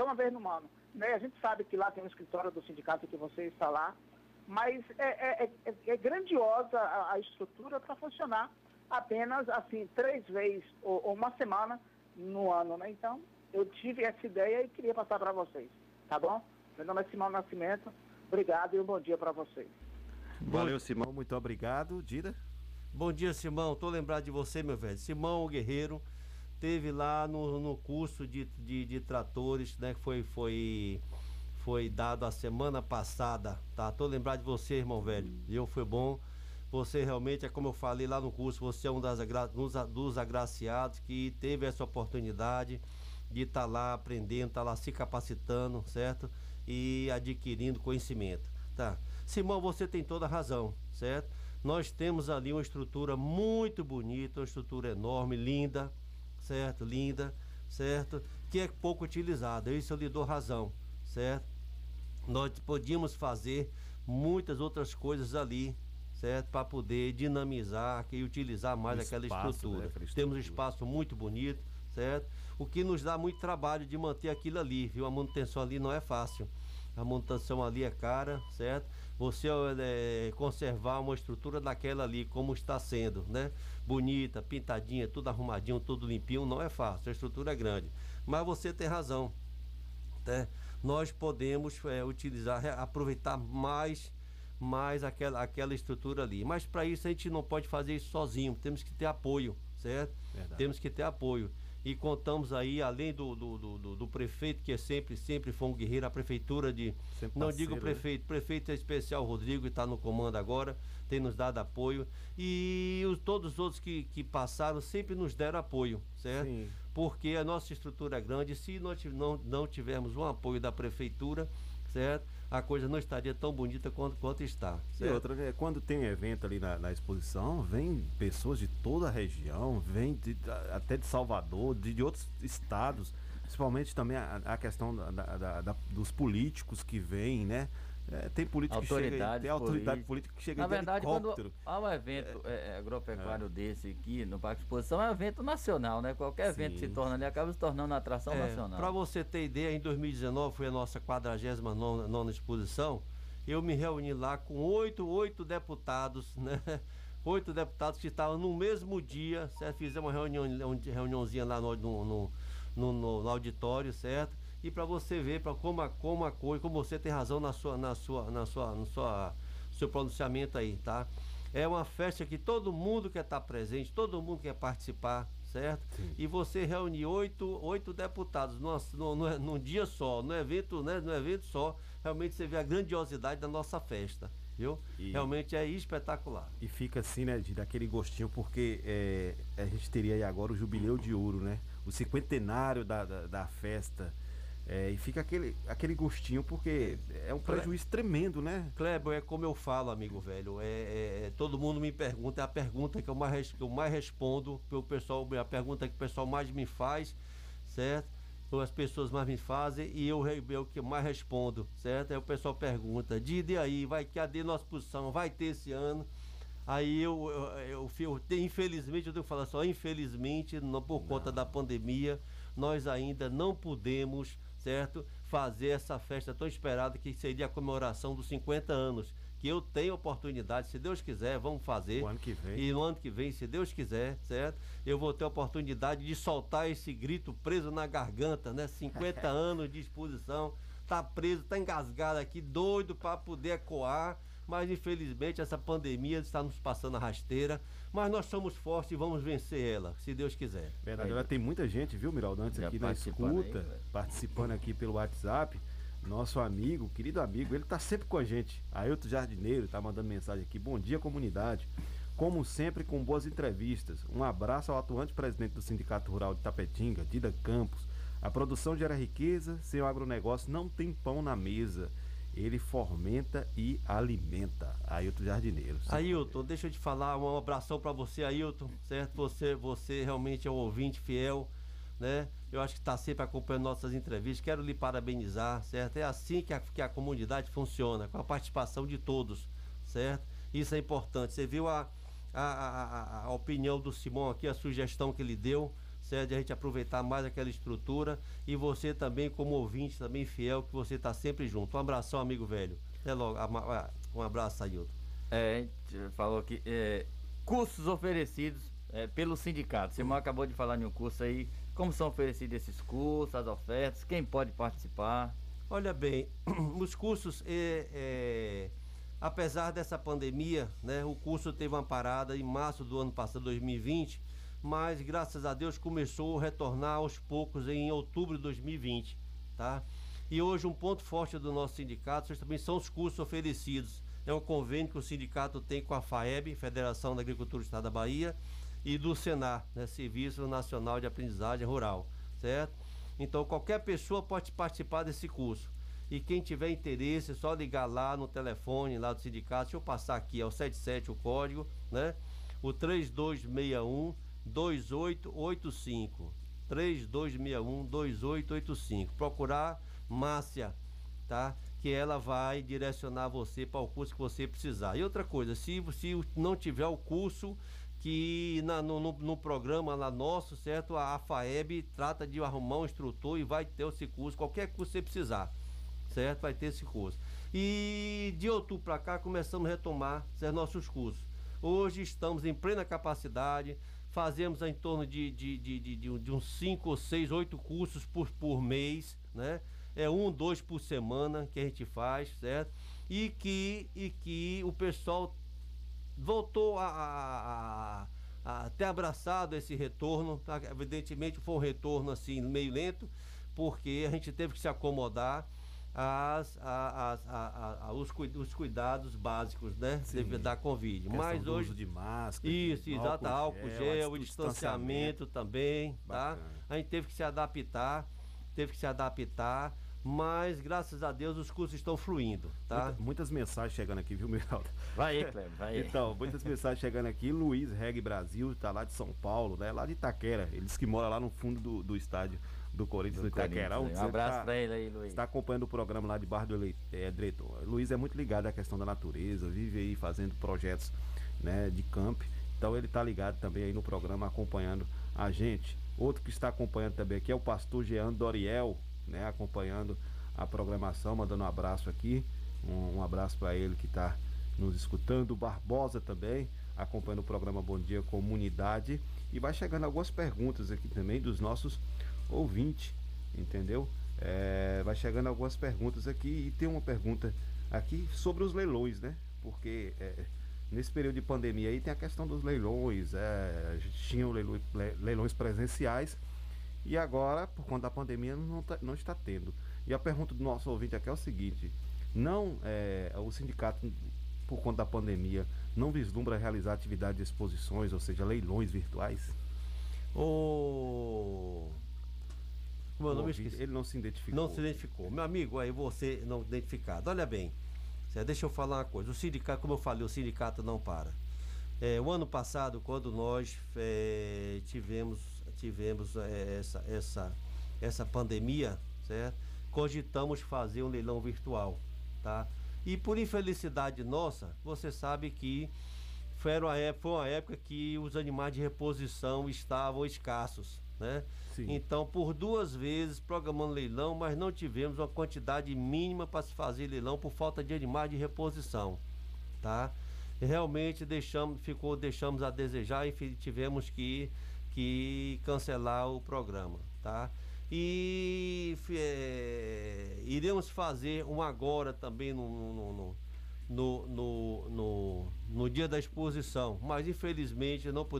né? A gente sabe que lá tem um escritório do sindicato que você está lá, mas é grandiosa a estrutura para funcionar apenas assim 3 vezes ou uma semana no ano, né? Então, eu tive essa ideia e queria passar para vocês, tá bom? Meu nome é Simão Nascimento, obrigado e um bom dia para vocês. Valeu, Simão, muito obrigado. Dida? Bom dia, Simão, tô lembrado de você, meu velho. Simão Guerreiro teve lá no curso de tratores, né, que foi dado a semana passada, tá? Tô lembrado de você, irmão velho, foi bom. Você realmente, é como eu falei lá no curso, você é um dos agraciados que teve essa oportunidade de estar lá aprendendo, estar lá se capacitando, certo? E adquirindo conhecimento, tá? Simão, você tem toda a razão, certo? Nós temos ali uma estrutura muito bonita, uma estrutura enorme, linda, certo? Linda, certo? Que é pouco utilizada, isso eu lhe dou razão, certo? Nós podíamos fazer muitas outras coisas ali, certo? Para poder dinamizar e utilizar mais aquela estrutura. Né? Temos um espaço muito bonito, certo? O que nos dá muito trabalho de manter aquilo ali, viu? A manutenção ali não é fácil. A manutenção ali é cara, certo? Você conservar uma estrutura daquela ali, como está sendo, né? Bonita, pintadinha, tudo arrumadinho, tudo limpinho, não é fácil. A estrutura é grande. Mas você tem razão, né? Nós podemos utilizar, aproveitar mais aquela estrutura ali. Mas para isso a gente não pode fazer isso sozinho, temos que ter apoio, certo? Verdade. Temos que ter apoio. E contamos aí, além do prefeito, que sempre foi um guerreiro, a prefeitura de... Sempre não parceiro, digo prefeito, né? Prefeito é especial, Rodrigo, está no comando agora, tem nos dado apoio. E todos os outros que passaram sempre nos deram apoio, certo? Sim. Porque a nossa estrutura é grande, se nós não tivermos um apoio da prefeitura, certo? A coisa não estaria tão bonita quanto está. Certo? E outra, quando tem evento ali na exposição, vem pessoas de toda a região, vem até de Salvador, de outros estados, principalmente também a questão dos políticos que vêm, né? Tem político que chega, tem autoridade política que chega. Na verdade, quando há um evento agropecuário desse aqui no Parque de Exposição, é um evento nacional, né? Qualquer evento que se torna ali acaba se tornando uma atração nacional. Para você ter ideia, em 2019 foi a nossa 49ª exposição. Eu me reuni lá com oito deputados, né? 8 deputados que estavam no mesmo dia, certo? Fizemos uma reuniãozinha lá no auditório, certo? E para você ver como a coisa, como você tem razão no seu pronunciamento aí, tá? É uma festa que todo mundo quer estar presente, todo mundo quer participar, certo? Sim. E você reunir oito deputados num dia só, no evento, né? No evento só, realmente você vê a grandiosidade da nossa festa, viu? Realmente é espetacular. E fica assim, né, daquele gostinho, porque a gente teria aí agora o Jubileu de Ouro, né? O 50º da festa. E fica aquele gostinho, porque é um prejuízo tremendo, né? Kleber, é como eu falo, amigo velho. Todo mundo me pergunta, é a pergunta que eu mais respondo pro pessoal, a pergunta que o pessoal mais me faz, certo? Ou as pessoas mais me fazem e eu que mais respondo, certo? Aí o pessoal pergunta, Didi, aí, cadê nossa posição? Vai ter esse ano? Aí infelizmente, eu tenho que falar só, infelizmente, por conta da pandemia, nós ainda não pudemos, certo, fazer essa festa tão esperada que seria a comemoração dos 50 anos, que eu tenho oportunidade, se Deus quiser, vamos fazer. O ano que vem. E no ano que vem, se Deus quiser, certo, eu vou ter a oportunidade de soltar esse grito preso na garganta, né? 50 anos de exposição, tá preso, tá engasgado aqui, doido para poder ecoar, mas infelizmente essa pandemia está nos passando a rasteira, mas nós somos fortes e vamos vencer ela, se Deus quiser. Verdade, agora tem muita gente, viu, Miraldo, antes aqui na escuta, participando aqui pelo WhatsApp. Nosso amigo, querido amigo, ele tá sempre com a gente. Ailton Jardineiro tá mandando mensagem aqui. Bom dia, comunidade. Como sempre, com boas entrevistas. Um abraço ao atuante presidente do Sindicato Rural de Itapetinga, Dida Campos. A produção gera riqueza, sem o agronegócio não tem pão na mesa. Ele fomenta e alimenta. Ailton Jardineiro. Ailton, deixa eu te falar, um abração para você, Ailton, certo? Você realmente é um ouvinte fiel, né? Eu acho que está sempre acompanhando nossas entrevistas. Quero lhe parabenizar, certo? É assim que a comunidade funciona, com a participação de todos, certo? Isso é importante. Você viu a opinião do Simão aqui, a sugestão que ele deu, certo? De a gente aproveitar mais aquela estrutura, e você também, como ouvinte, também fiel, que você está sempre junto. Um abração, amigo velho. Até logo. Um abraço, Ailton. A gente falou que cursos oferecidos pelo sindicato. Simão acabou de falar em um curso aí. Como são oferecidos esses cursos, as ofertas, quem pode participar? Olha bem, os cursos, apesar dessa pandemia, né, o curso teve uma parada em março do ano passado, 2020, mas graças a Deus começou a retornar aos poucos em outubro de 2020, tá? E hoje um ponto forte do nosso sindicato também são os cursos oferecidos. É um convênio que o sindicato tem com a FAEB, Federação da Agricultura do Estado da Bahia, e do Senar, né, Serviço Nacional de Aprendizagem Rural, certo? Então qualquer pessoa pode participar desse curso, e quem tiver interesse é só ligar lá no telefone lá do sindicato. Deixa eu passar aqui, é o 77 o código, né? O 3261 2885, 3261 2885. Procurar Márcia, tá? Que ela vai direcionar você para o curso que você precisar. E outra coisa, se não tiver o curso que no programa lá nosso, certo? A FAEB trata de arrumar um instrutor e vai ter esse curso, qualquer curso que você precisar, certo? Vai ter esse curso. E de outubro para cá começamos a retomar, certo, nossos cursos. Hoje estamos em plena capacidade, fazemos em torno de uns 5 ou 6, 8 cursos por mês, né? É 1, 2 por semana que a gente faz, certo? E que o pessoal voltou a ter abraçado esse retorno, tá? Evidentemente foi um retorno assim meio lento, porque a gente teve que se acomodar os cuidados básicos, né? Devido da Covid. Mas hoje, uso de máscara, isso, exato, álcool gel, o distanciamento também, tá? A gente teve que se adaptar, mas graças a Deus os cursos estão fluindo, tá? Muitas mensagens chegando aqui, viu, Miraldo? Vai aí, Cleber, vai aí. Então, muitas mensagens chegando aqui. Luiz Reg Brasil, tá lá de São Paulo, né? Lá de Itaquera. Ele disse que mora lá no fundo do estádio do Corinthians, do Itaquera. Um abraço pra ele aí, Luiz. Está acompanhando o programa lá de Barra do Diretor. Luiz é muito ligado à questão da natureza, vive aí fazendo projetos, né, de camp. Então ele tá ligado também aí no programa, acompanhando a gente. Outro que está acompanhando também aqui é o pastor Jean Doriel, né, acompanhando a programação, mandando um abraço aqui, um abraço para ele que está nos escutando. O Barbosa também acompanhando o programa Bom Dia Comunidade, e vai chegando algumas perguntas aqui também dos nossos ouvintes, entendeu? Vai chegando algumas perguntas aqui, e tem uma pergunta aqui sobre os leilões, né? Porque nesse período de pandemia aí tem a questão dos leilões, a gente tinha leilões presenciais, e agora, por conta da pandemia, não está tendo. E a pergunta do nosso ouvinte aqui é o seguinte: o sindicato, por conta da pandemia, não vislumbra realizar atividade de exposições, ou seja, leilões virtuais? Meu nome Ele não se identificou. Não se identificou. Meu amigo, aí você não identificado. Olha bem, deixa eu falar uma coisa. O sindicato, como eu falei, o sindicato não para. O ano passado, quando nós tivemos essa pandemia, certo? Cogitamos fazer um leilão virtual, tá? E por infelicidade nossa, você sabe que foi uma época que os animais de reposição estavam escassos, né? Sim. Então, por 2 vezes programando leilão, mas não tivemos uma quantidade mínima para se fazer leilão por falta de animais de reposição, tá? E realmente deixamos a desejar e tivemos que cancelar o programa, tá? E iremos fazer um agora também no dia da exposição, mas infelizmente não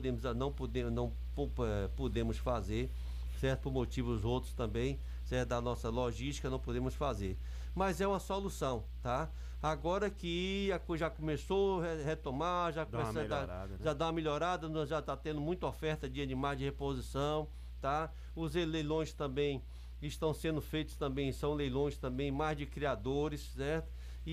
podemos fazer, certo? Por motivos outros também, certo? Da nossa logística não podemos fazer, mas é uma solução, tá? Agora que a coisa já começou a retomar, já dá uma melhorada, nós já está tendo muita oferta de animais de reposição, tá? Os leilões também estão sendo feitos também, são leilões também mais de criadores, certo?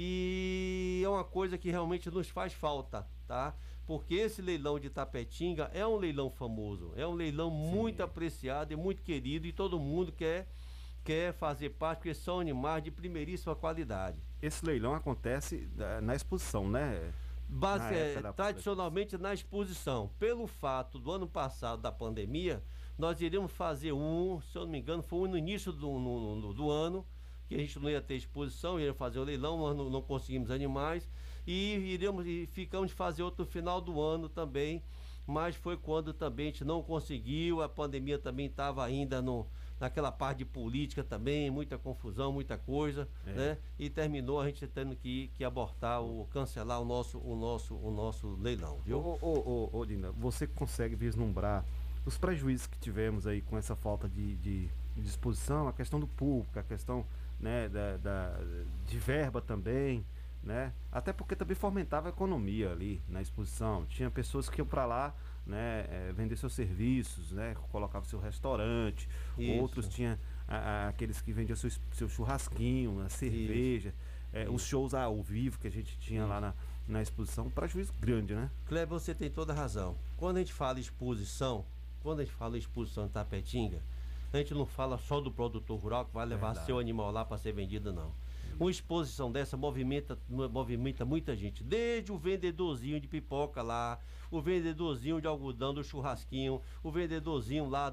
E é uma coisa que realmente nos faz falta, tá? Porque esse leilão de Itapetinga é um leilão famoso, é um leilão muito apreciado e muito querido, e todo mundo quer fazer parte, porque são animais de primeiríssima qualidade. Esse leilão acontece na exposição, né? Tradicionalmente na exposição. Pelo fato do ano passado da pandemia, nós iríamos fazer se eu não me engano, foi no início do ano, que a gente não ia ter exposição, ia fazer o leilão, nós não conseguimos animais, e ficamos de fazer outro no final do ano também, mas foi quando também a gente não conseguiu, a pandemia também estava ainda naquela parte de política também, muita confusão, muita coisa, né? E terminou a gente tendo que abortar, cancelar o nosso leilão, viu? Ô, Dina, você consegue vislumbrar os prejuízos que tivemos aí com essa falta de disposição, a questão do público, a questão, né, de verba também, né? Até porque também fomentava a economia ali na exposição. Tinha pessoas que iam para lá, né, vender seus serviços, né, colocavam seu restaurante. Isso. Outros tinham aqueles que vendiam seu churrasquinho, a cerveja, os shows ao vivo que a gente tinha lá na exposição. Um prejuízo grande, né? Kleber, você tem toda a razão. Quando a gente fala exposição em Itapetinga, a gente não fala só do produtor rural que vai levar seu animal lá para ser vendido, não. Uma exposição dessa movimenta muita gente, desde o vendedorzinho de pipoca lá, o vendedorzinho de algodão do churrasquinho, o vendedorzinho lá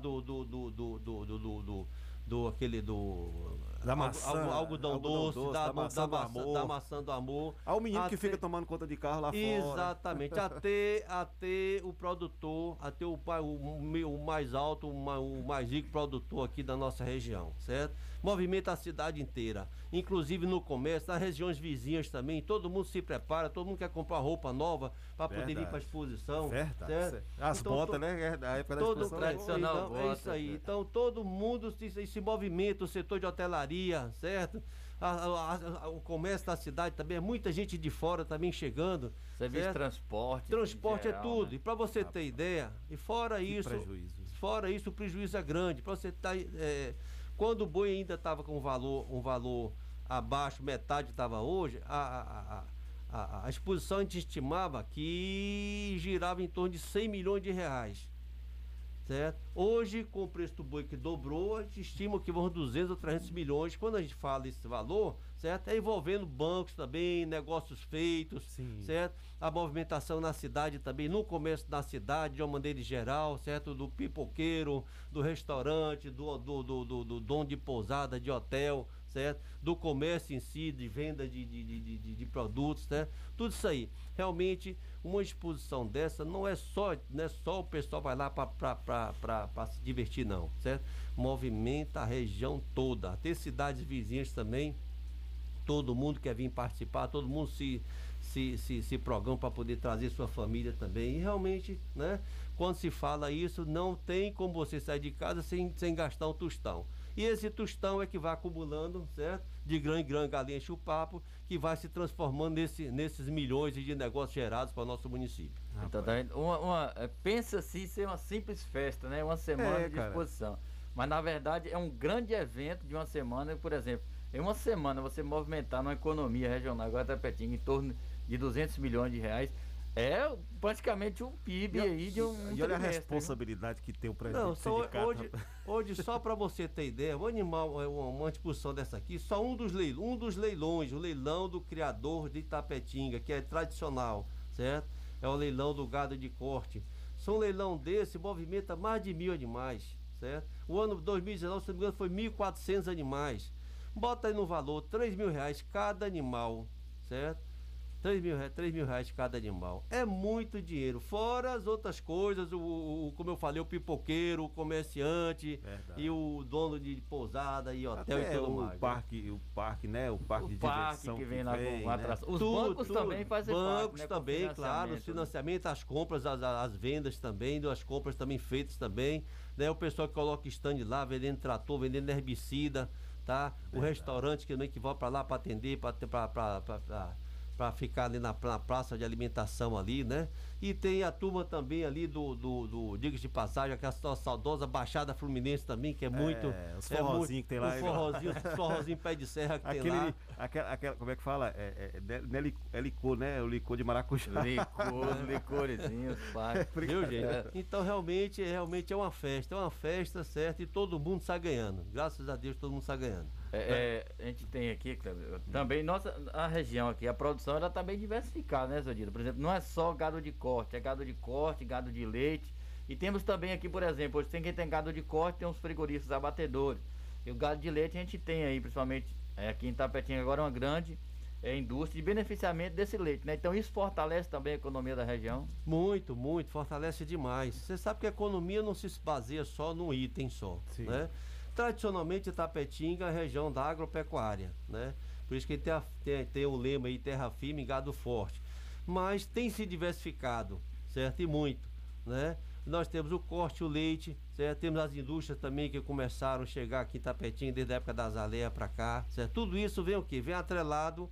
da maçã, algodão doce, da maçã do amor. Ao menino que fica tomando conta de carro lá fora. Exatamente, até o produtor, até o mais alto, o mais rico produtor aqui da nossa região, certo? Movimenta a cidade inteira, inclusive no comércio, nas regiões vizinhas também, todo mundo se prepara, todo mundo quer comprar roupa nova para poder ir para a exposição. Verdade. Certo? As então, botas, né? Da época da exposição. Tradicional, então, é isso aí. Então todo mundo se movimenta, o setor de hotelaria, certo? O comércio da cidade também, muita gente de fora também chegando. Serviço de transporte. Transporte geral, é tudo. Né? E para você ter ideia, e fora isso, o prejuízo é grande. Para você quando o boi ainda estava com um valor abaixo, metade estava hoje, a exposição a gente estimava que girava em torno de 100 milhões de reais. Certo? Hoje, com o preço do boi que dobrou, a gente estima que vão 200 ou 300 milhões. Quando a gente fala esse valor, certo? É envolvendo bancos também, negócios feitos, certo? A movimentação na cidade também, no comércio da cidade, de uma maneira geral, certo? Do pipoqueiro, do restaurante, do dono de pousada, de hotel, certo? Do comércio em si, de venda de produtos, certo? Tudo isso aí. Realmente, uma exposição dessa não é só o pessoal vai lá para se divertir, não, certo? Movimenta a região toda, até cidades vizinhas também, todo mundo quer vir participar, todo mundo se programa para poder trazer sua família também. E realmente, né, quando se fala isso, não tem como você sair de casa sem gastar um tostão. E esse tostão é que vai acumulando, certo? De grão em grão, galinha enche o papo, que vai se transformando nesses milhões de negócios gerados para o nosso município. Então, pensa-se ser uma simples festa, né? Uma semana de exposição. Mas na verdade é um grande evento de uma semana, por exemplo, em uma semana você movimentar numa economia regional, agora Itapetinga, em torno de 200 milhões de reais, é praticamente um PIB aí de um E olha a trimestre, responsabilidade que tem o presidente Não, do sindicato. hoje, só para você ter ideia, vou animar uma discussão dessa aqui, só um dos leilões, o leilão do criador de Itapetinga, que é tradicional, certo? É o leilão do gado de corte. Só um leilão desse movimenta mais de 1.000 animais, certo? O ano 2019, se não me engano, foi 1.400 animais. Bota aí no valor, R$3.000 cada animal, certo? R$3.000 cada animal. É muito dinheiro. Fora as outras coisas, como eu falei, o pipoqueiro, o comerciante. Verdade. E o dono de pousada e hotel. Até e tudo o mais. Parque, né? O parque de diversão que vem lá com atração. Os tudo, bancos também fazem bancos parte, né, também, claro, os financiamentos, as compras, as vendas também, as compras também feitas também, né? O pessoal que coloca stand lá, vendendo trator, vendendo herbicida, tá? O restaurante que vai para lá para atender, para ficar ali na praça de alimentação ali, né? E tem a turma também ali do diga de passagem, aquela saudosa Baixada Fluminense também, que é muito... os forrozinhos que tem lá. Os forrozinhos pé de serra que tem lá. Aquela, como é que fala? É licor, né? O licor de maracujá. Licorezinhos, pai. Viu, gente? Então, realmente é uma festa, certo? E todo mundo está ganhando. Graças a Deus, todo mundo está ganhando. A gente tem aqui, Cleber, também a região aqui, a produção ela está bem diversificada, né, Zodino? Por exemplo, não é só gado de corte, é gado de corte, gado de leite. E temos também aqui, por exemplo, hoje tem quem tem gado de corte, tem uns frigoríficos abatedores. E o gado de leite a gente tem aí, principalmente aqui em Itapetinga, agora uma grande indústria de beneficiamento desse leite, né? Então isso fortalece também a economia da região? Muito, fortalece demais. Você sabe que a economia não se baseia só num item só, né? Tradicionalmente, Itapetinga é a região da agropecuária, né? Por isso que tem o lema aí, terra firme, gado forte. Mas tem se diversificado, certo? E muito, né? Nós temos o corte, o leite, certo? Temos as indústrias também que começaram a chegar aqui em Itapetinga desde a época da Azaleia para cá, certo? Tudo isso vem o quê? Vem atrelado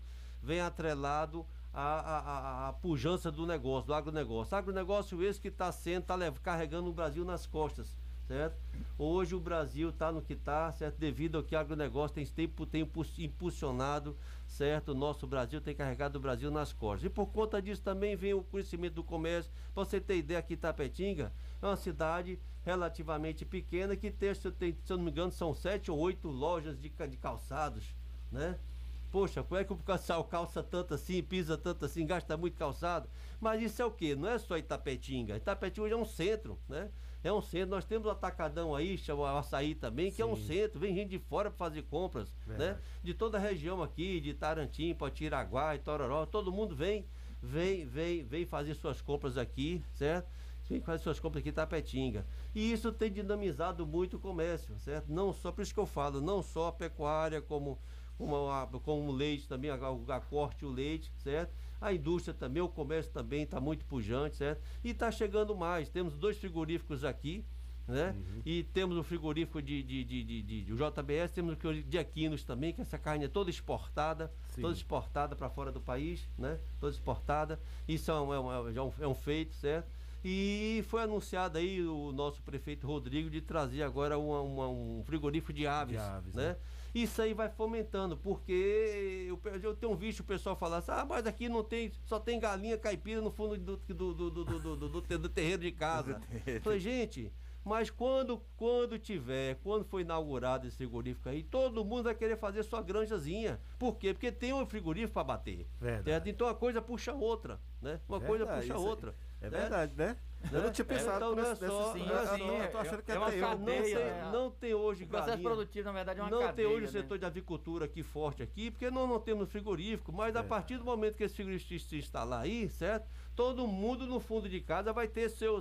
a pujança do negócio, do agronegócio. Agronegócio esse que está carregando o Brasil nas costas, certo? Hoje o Brasil está no que está, certo? Devido ao que o agronegócio tem impulsionado, certo? O nosso Brasil tem carregado o Brasil nas costas. E por conta disso também vem o crescimento do comércio. Para você ter ideia, aqui Itapetinga é uma cidade relativamente pequena que tem, se eu não me engano, são 7 ou 8 lojas de calçados, né? Poxa, como é que o pessoal calça tanto assim, pisa tanto assim, gasta muito calçado? Mas isso é o quê? Não é só Itapetinga. Itapetinga hoje é um centro, né? É um centro. Nós temos o Atacadão aí, chama o Açaí também, que é um centro. Vem gente de fora para fazer compras, né? De toda a região aqui, de Tarantim, Potiraguá, Itororó, todo mundo vem fazer suas compras aqui, certo? Vem fazer suas compras aqui em Itapetinga. E isso tem dinamizado muito o comércio, certo? Não só, por isso que eu falo, não só a pecuária, como o leite também, a corte, o leite, certo? A indústria também, o comércio também está muito pujante, certo? E está chegando mais. Temos 2 frigoríficos aqui, né? E temos o frigorífico de JBS, temos o de Aquinos também, que essa carne é toda exportada para fora do país, né? Toda exportada. Isso é um feito, certo? E foi anunciado aí o nosso prefeito Rodrigo de trazer agora um frigorífico de aves, né? Isso aí vai fomentando, porque eu tenho visto o pessoal falar assim, mas aqui só tem galinha caipira no fundo do terreiro de casa. Falei, gente, mas quando for inaugurado esse frigorífico aí, todo mundo vai querer fazer sua granjazinha. Por quê? Porque tem um frigorífico para bater. Certo? Então uma coisa puxa a outra, né? Coisa puxa a outra. É verdade, né? Eu não tinha pensado então, não é só, eu tô achando que não tem hoje galinha. O processo produtivo, na verdade, é uma cadeia. Não tem hoje o né? setor de avicultura aqui forte aqui, porque nós não temos frigorífico, mas a partir do momento que esse frigorífico se instalar aí, certo? Todo mundo no fundo de casa vai ter seu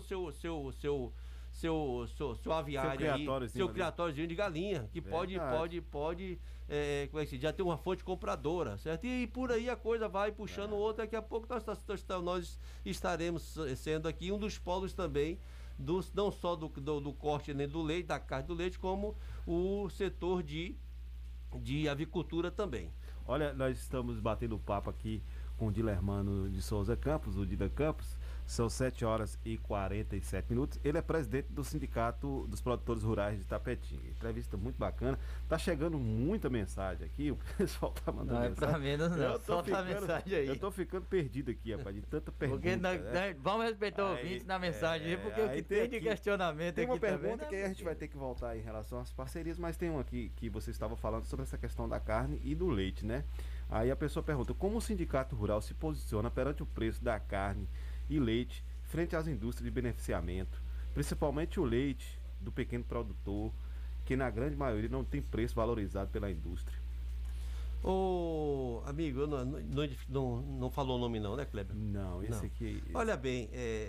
aviário aí, seu criatóriozinho de galinha, que pode já tem uma fonte compradora, certo? E por aí a coisa vai puxando outra, daqui a pouco nós estaremos sendo aqui um dos polos também, não só do corte nem do leite, da carne do leite, como o setor de avicultura também. Olha, nós estamos batendo papo aqui com o Dilermano de Souza Campos, o Dila Campos, São 7 horas e 47 minutos. Ele é presidente do Sindicato dos Produtores Rurais de Itapetinga. Entrevista muito bacana. Tá chegando muita mensagem aqui. O pessoal tá mandando não mensagem. Não é pra menos não. Solta a mensagem aí. Eu tô ficando perdido aqui, rapaz, de tanta pergunta. Porque vamos respeitar o ouvinte na mensagem, porque o que tem de questionamento tem aqui uma pergunta também, que aí a gente vai ter que voltar em relação às parcerias, mas tem uma aqui que você estava falando sobre essa questão da carne e do leite, né? Aí a pessoa pergunta, como o Sindicato Rural se posiciona perante o preço da carne e leite frente às indústrias de beneficiamento, principalmente o leite do pequeno produtor, que na grande maioria não tem preço valorizado pela indústria? Ô, amigo, não falou o nome não, né, Kleber? Não, esse aqui... Olha bem,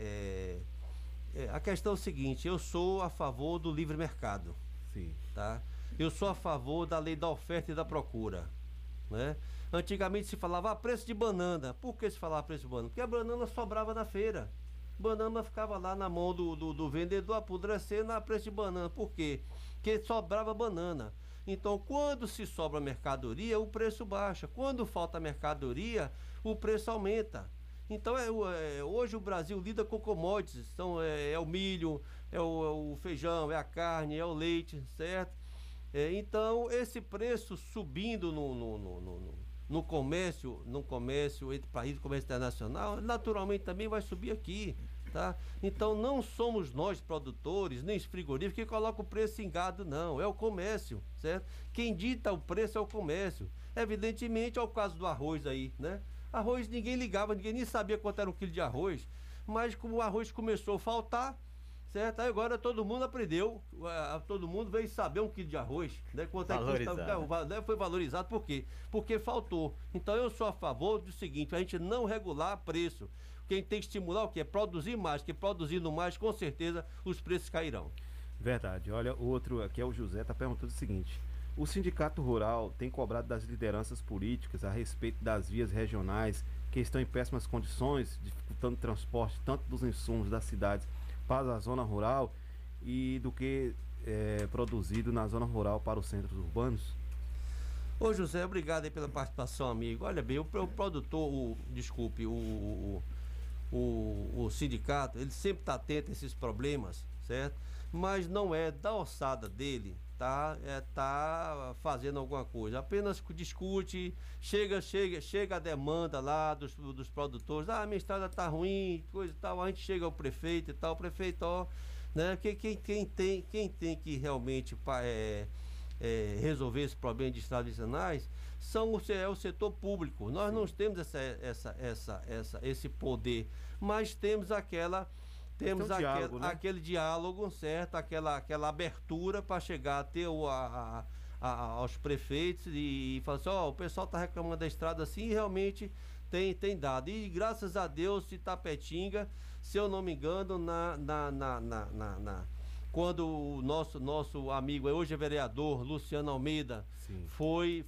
a questão é o seguinte, eu sou a favor do livre mercado. Sim. Tá? Eu sou a favor da lei da oferta e da procura, né? Antigamente se falava preço de banana. Por que se falava preço de banana? Porque a banana sobrava na feira. Banana ficava lá na mão do vendedor apodrecendo a preço de banana. Por quê? Porque sobrava banana. Então, quando se sobra mercadoria, o preço baixa. Quando falta mercadoria, o preço aumenta. Então, hoje o Brasil lida com commodities. Então, é o milho, é o feijão, é a carne, é o leite, certo? Então, esse preço subindo no comércio entre países, comércio internacional, naturalmente também vai subir aqui, tá? Então não somos nós produtores, nem os frigoríficos que colocam o preço em gado, não, é o comércio, certo? Quem dita o preço é o comércio. Evidentemente é o caso do arroz aí, né? Arroz ninguém ligava, ninguém nem sabia quanto era um quilo de arroz, mas como o arroz começou a faltar, certo? Aí agora todo mundo aprendeu, todo mundo veio saber um quilo de arroz, né? Quanto é que custa, foi valorizado, por quê? Porque faltou. Então eu sou a favor do seguinte, a gente não regular preço. Quem tem que estimular o quê? Produzir mais, porque produzindo mais, com certeza, os preços cairão. Verdade. Olha, outro aqui é o José, está perguntando o seguinte, o Sindicato Rural tem cobrado das lideranças políticas a respeito das vias regionais que estão em péssimas condições, dificultando o transporte tanto dos insumos das cidades para a zona rural e do que é produzido na zona rural para os centros urbanos? Ô José, obrigado aí pela participação, amigo. Olha bem, o produtor, o sindicato, ele sempre está atento a esses problemas, certo? Mas não é da ossada dele, tá fazendo alguma coisa. Apenas discute, chega a demanda lá dos produtores. Ah, minha estrada tá ruim, coisa e tal. A gente chega ao prefeito e tal, o prefeito, ó, né? Quem tem que realmente resolver esse problema de estradas vicinais é o setor público. Nós Sim. não temos esse poder, mas temos diálogo, né? Aquele diálogo, certo? Aquela abertura para chegar até aos prefeitos e falar assim, o pessoal está reclamando da estrada assim, e realmente tem dado. E graças a Deus, Itapetinga, se eu não me engano, quando o nosso amigo, hoje é vereador, Luciano Almeida, Sim. foi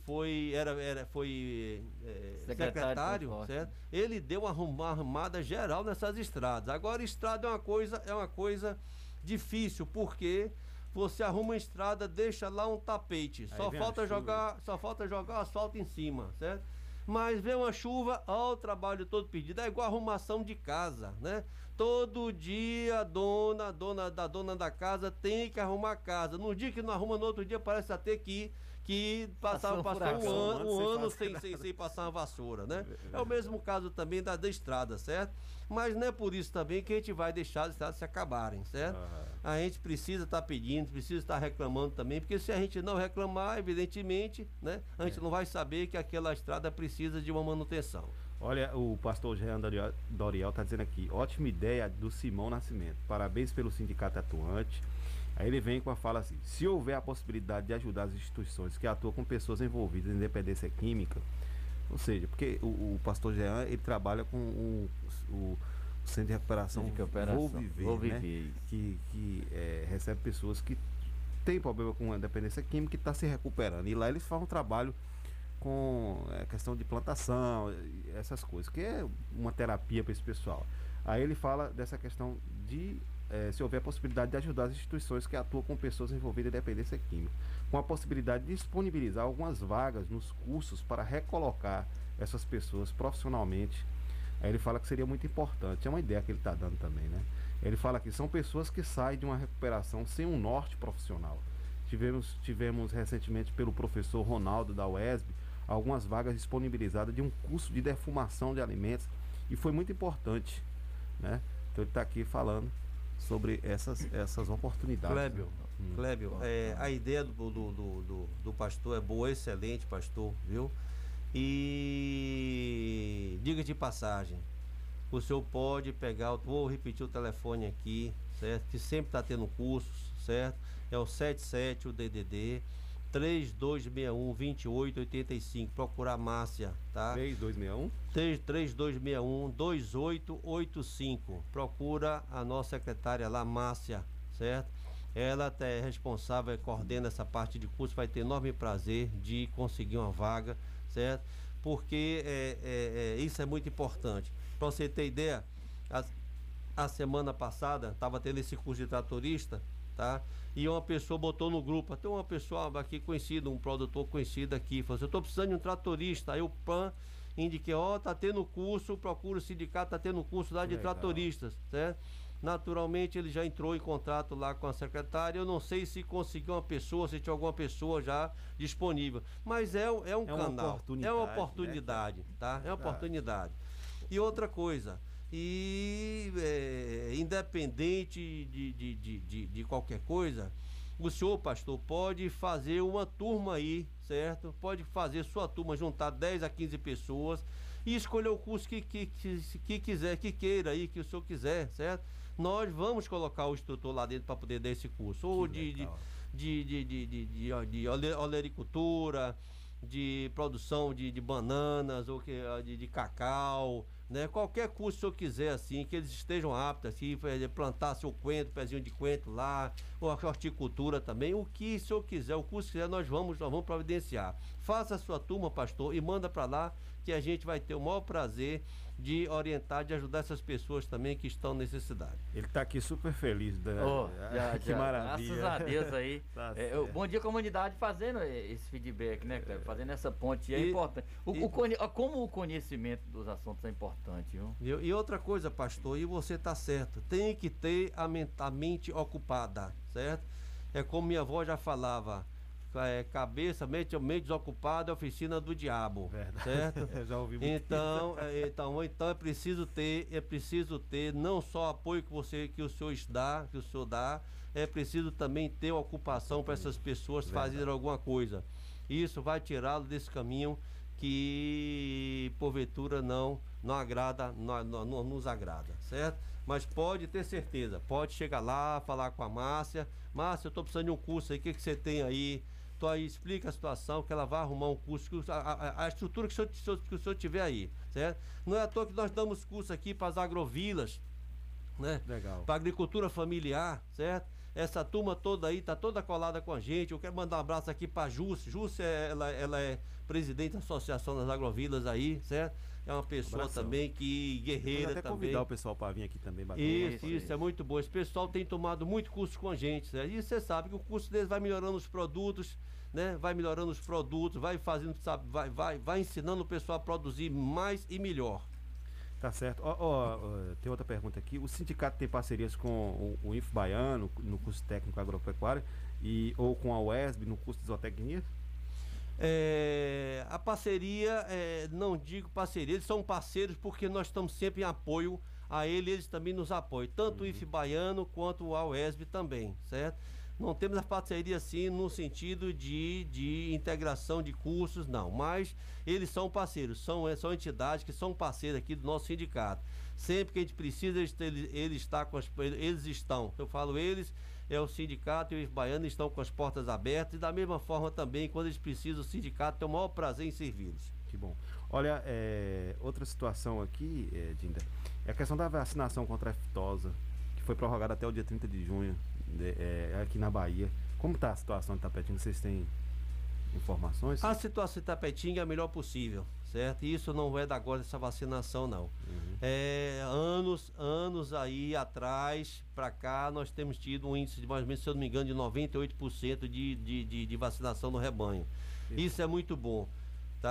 secretário, certo? Ele deu uma arrumada geral nessas estradas. Agora, estrada é uma coisa difícil, porque você arruma uma estrada, deixa lá um tapete, só falta jogar asfalto em cima, certo? Mas vem uma chuva, o trabalho todo perdido. É igual arrumação de casa, né? Todo dia a dona da casa tem que arrumar a casa. No dia que não arruma, no outro dia parece até que passou um ano sem passar uma vassoura, né? É o mesmo caso também da estrada, certo? Mas não é por isso também que a gente vai deixar as estradas se acabarem, certo? A gente precisa estar pedindo, precisa estar reclamando também, porque se a gente não reclamar, evidentemente, né? A gente não vai saber que aquela estrada precisa de uma manutenção. Olha, o pastor Jean Doriel está dizendo aqui, ótima ideia do Simão Nascimento, parabéns pelo sindicato atuante. Aí ele vem com a fala assim, se houver a possibilidade de ajudar as instituições que atuam com pessoas envolvidas em dependência química, ou seja, porque o pastor Jean, ele trabalha com o Centro de Recuperação Vou Viver, né? que recebe pessoas que têm problema com a dependência química e está se recuperando, e lá eles fazem um trabalho com a questão de plantação, essas coisas, que é uma terapia para esse pessoal. Aí ele fala dessa questão de se houver a possibilidade de ajudar as instituições que atuam com pessoas envolvidas em dependência química, com a possibilidade de disponibilizar algumas vagas nos cursos para recolocar essas pessoas profissionalmente Aí ele fala que seria muito importante, é uma ideia que ele está dando também, né? Ele fala que são pessoas que saem de uma recuperação sem um norte profissional. Tivemos recentemente pelo professor Ronaldo da UESB algumas vagas disponibilizadas de um curso de defumação de alimentos e foi muito importante, né? Então ele está aqui falando sobre essas oportunidades. Clébio, a ideia do pastor é boa, excelente, pastor, viu? E diga de passagem, o senhor pode pegar, vou repetir o telefone aqui, certo? Que sempre está tendo cursos, certo? É o 77, o DDD 3261-2885, procurar Márcia, tá? 3261? 3261-2885, procura a nossa secretária lá, Márcia, certo? Ela é responsável, coordena essa parte de curso, vai ter enorme prazer de conseguir uma vaga, certo? Porque isso é muito importante. Para você ter ideia, a semana passada estava tendo esse curso de tratorista, tá? E uma pessoa botou no grupo, até uma pessoa aqui conhecida, um produtor conhecido aqui, falou assim, eu estou precisando de um tratorista. Aí o PAN indiquei, tá tendo curso, procura o sindicato, tá tendo curso lá de tratoristas, certo? Naturalmente ele já entrou em contato lá com a secretária, eu não sei se conseguiu uma pessoa, se tinha alguma pessoa já disponível, mas é um canal, é uma oportunidade, né? Tá? É uma oportunidade. E outra coisa, independente de qualquer coisa, o senhor, pastor, pode fazer uma turma aí, certo? Pode fazer sua turma, juntar 10 a 15 pessoas e escolher o curso que quiser, que queira aí, que o senhor quiser, certo? Nós vamos colocar o instrutor lá dentro para poder dar esse curso, ou de olericultura, de produção de bananas, ou de cacau, né? Qualquer curso que o senhor quiser, assim, que eles estejam aptos, assim, plantar seu coentro, pezinho de coentro lá, ou a horticultura também, o que o senhor quiser, o curso que quiser, nós vamos providenciar. Faça a sua turma, pastor, e manda para lá, que a gente vai ter o maior prazer de orientar, de ajudar essas pessoas também que estão em necessidade. Ele está aqui super feliz, né? Que maravilha. Graças a Deus aí. Tá Bom Dia Comunidade fazendo esse feedback, né, Cleber? Fazendo essa ponte é importante. Como o conhecimento dos assuntos é importante, viu? E outra coisa, pastor, e você está certo, tem que ter a mente ocupada, certo? É como minha avó já falava, cabeça, mente desocupada é oficina do diabo. Verdade. Certo? Já ouvi muito então é preciso ter não só apoio que o senhor dá, é preciso também ter ocupação para essas pessoas fazerem alguma coisa. Isso vai tirá-lo desse caminho que porventura não agrada, não nos agrada, certo? Mas pode ter certeza, pode chegar lá, falar com a Márcia, eu estou precisando de um curso aí, o que você tem aí? Aí explica a situação, que ela vai arrumar um curso, a estrutura que o senhor tiver aí, certo? Não é à toa que nós damos curso aqui para as agrovilas, né? Legal. Para agricultura familiar, certo? Essa turma toda aí tá toda colada com a gente. Eu quero mandar um abraço aqui para a Júcia. Júcia, ela é presidente da Associação das Agrovilas aí, certo? É uma pessoa também que guerreira até também. Convidar o pessoal para vir aqui também bater. Isso é muito bom. Esse pessoal tem tomado muito curso com a gente, certo? E você sabe que o curso deles vai melhorando os produtos, né? Vai melhorando os produtos, vai fazendo, sabe, vai ensinando o pessoal a produzir mais e melhor. Tá certo. Tem outra pergunta aqui. O sindicato tem parcerias com o IF Baiano no curso técnico agropecuário ou com a UESB no curso de zootecnia? A parceria, não digo parceria, eles são parceiros porque nós estamos sempre em apoio a eles também nos apoiam, tanto o IF Baiano quanto a UESB também, certo? Não temos a parceria assim no sentido de integração de cursos, não, mas eles são parceiros, são entidades que são parceiros aqui do nosso sindicato. Sempre que a gente precisa, eles estão, eu falo eles, é o sindicato e o IF Baiano estão com as portas abertas, e da mesma forma também, quando eles precisam, o sindicato tem o maior prazer em servi-los. Que bom. Olha, outra situação aqui, Dinda, é a questão da vacinação contra a aftosa, que foi prorrogada até o dia 30 de junho, aqui na Bahia. Como está a situação de Itapetinga? Vocês têm informações? A situação de Itapetinga é a melhor possível, certo? E isso não é da agora essa vacinação, não. Anos aí atrás, para cá, nós temos tido um índice de mais ou menos, se eu não me engano, de 98% de vacinação no rebanho. Isso é muito bom, tá?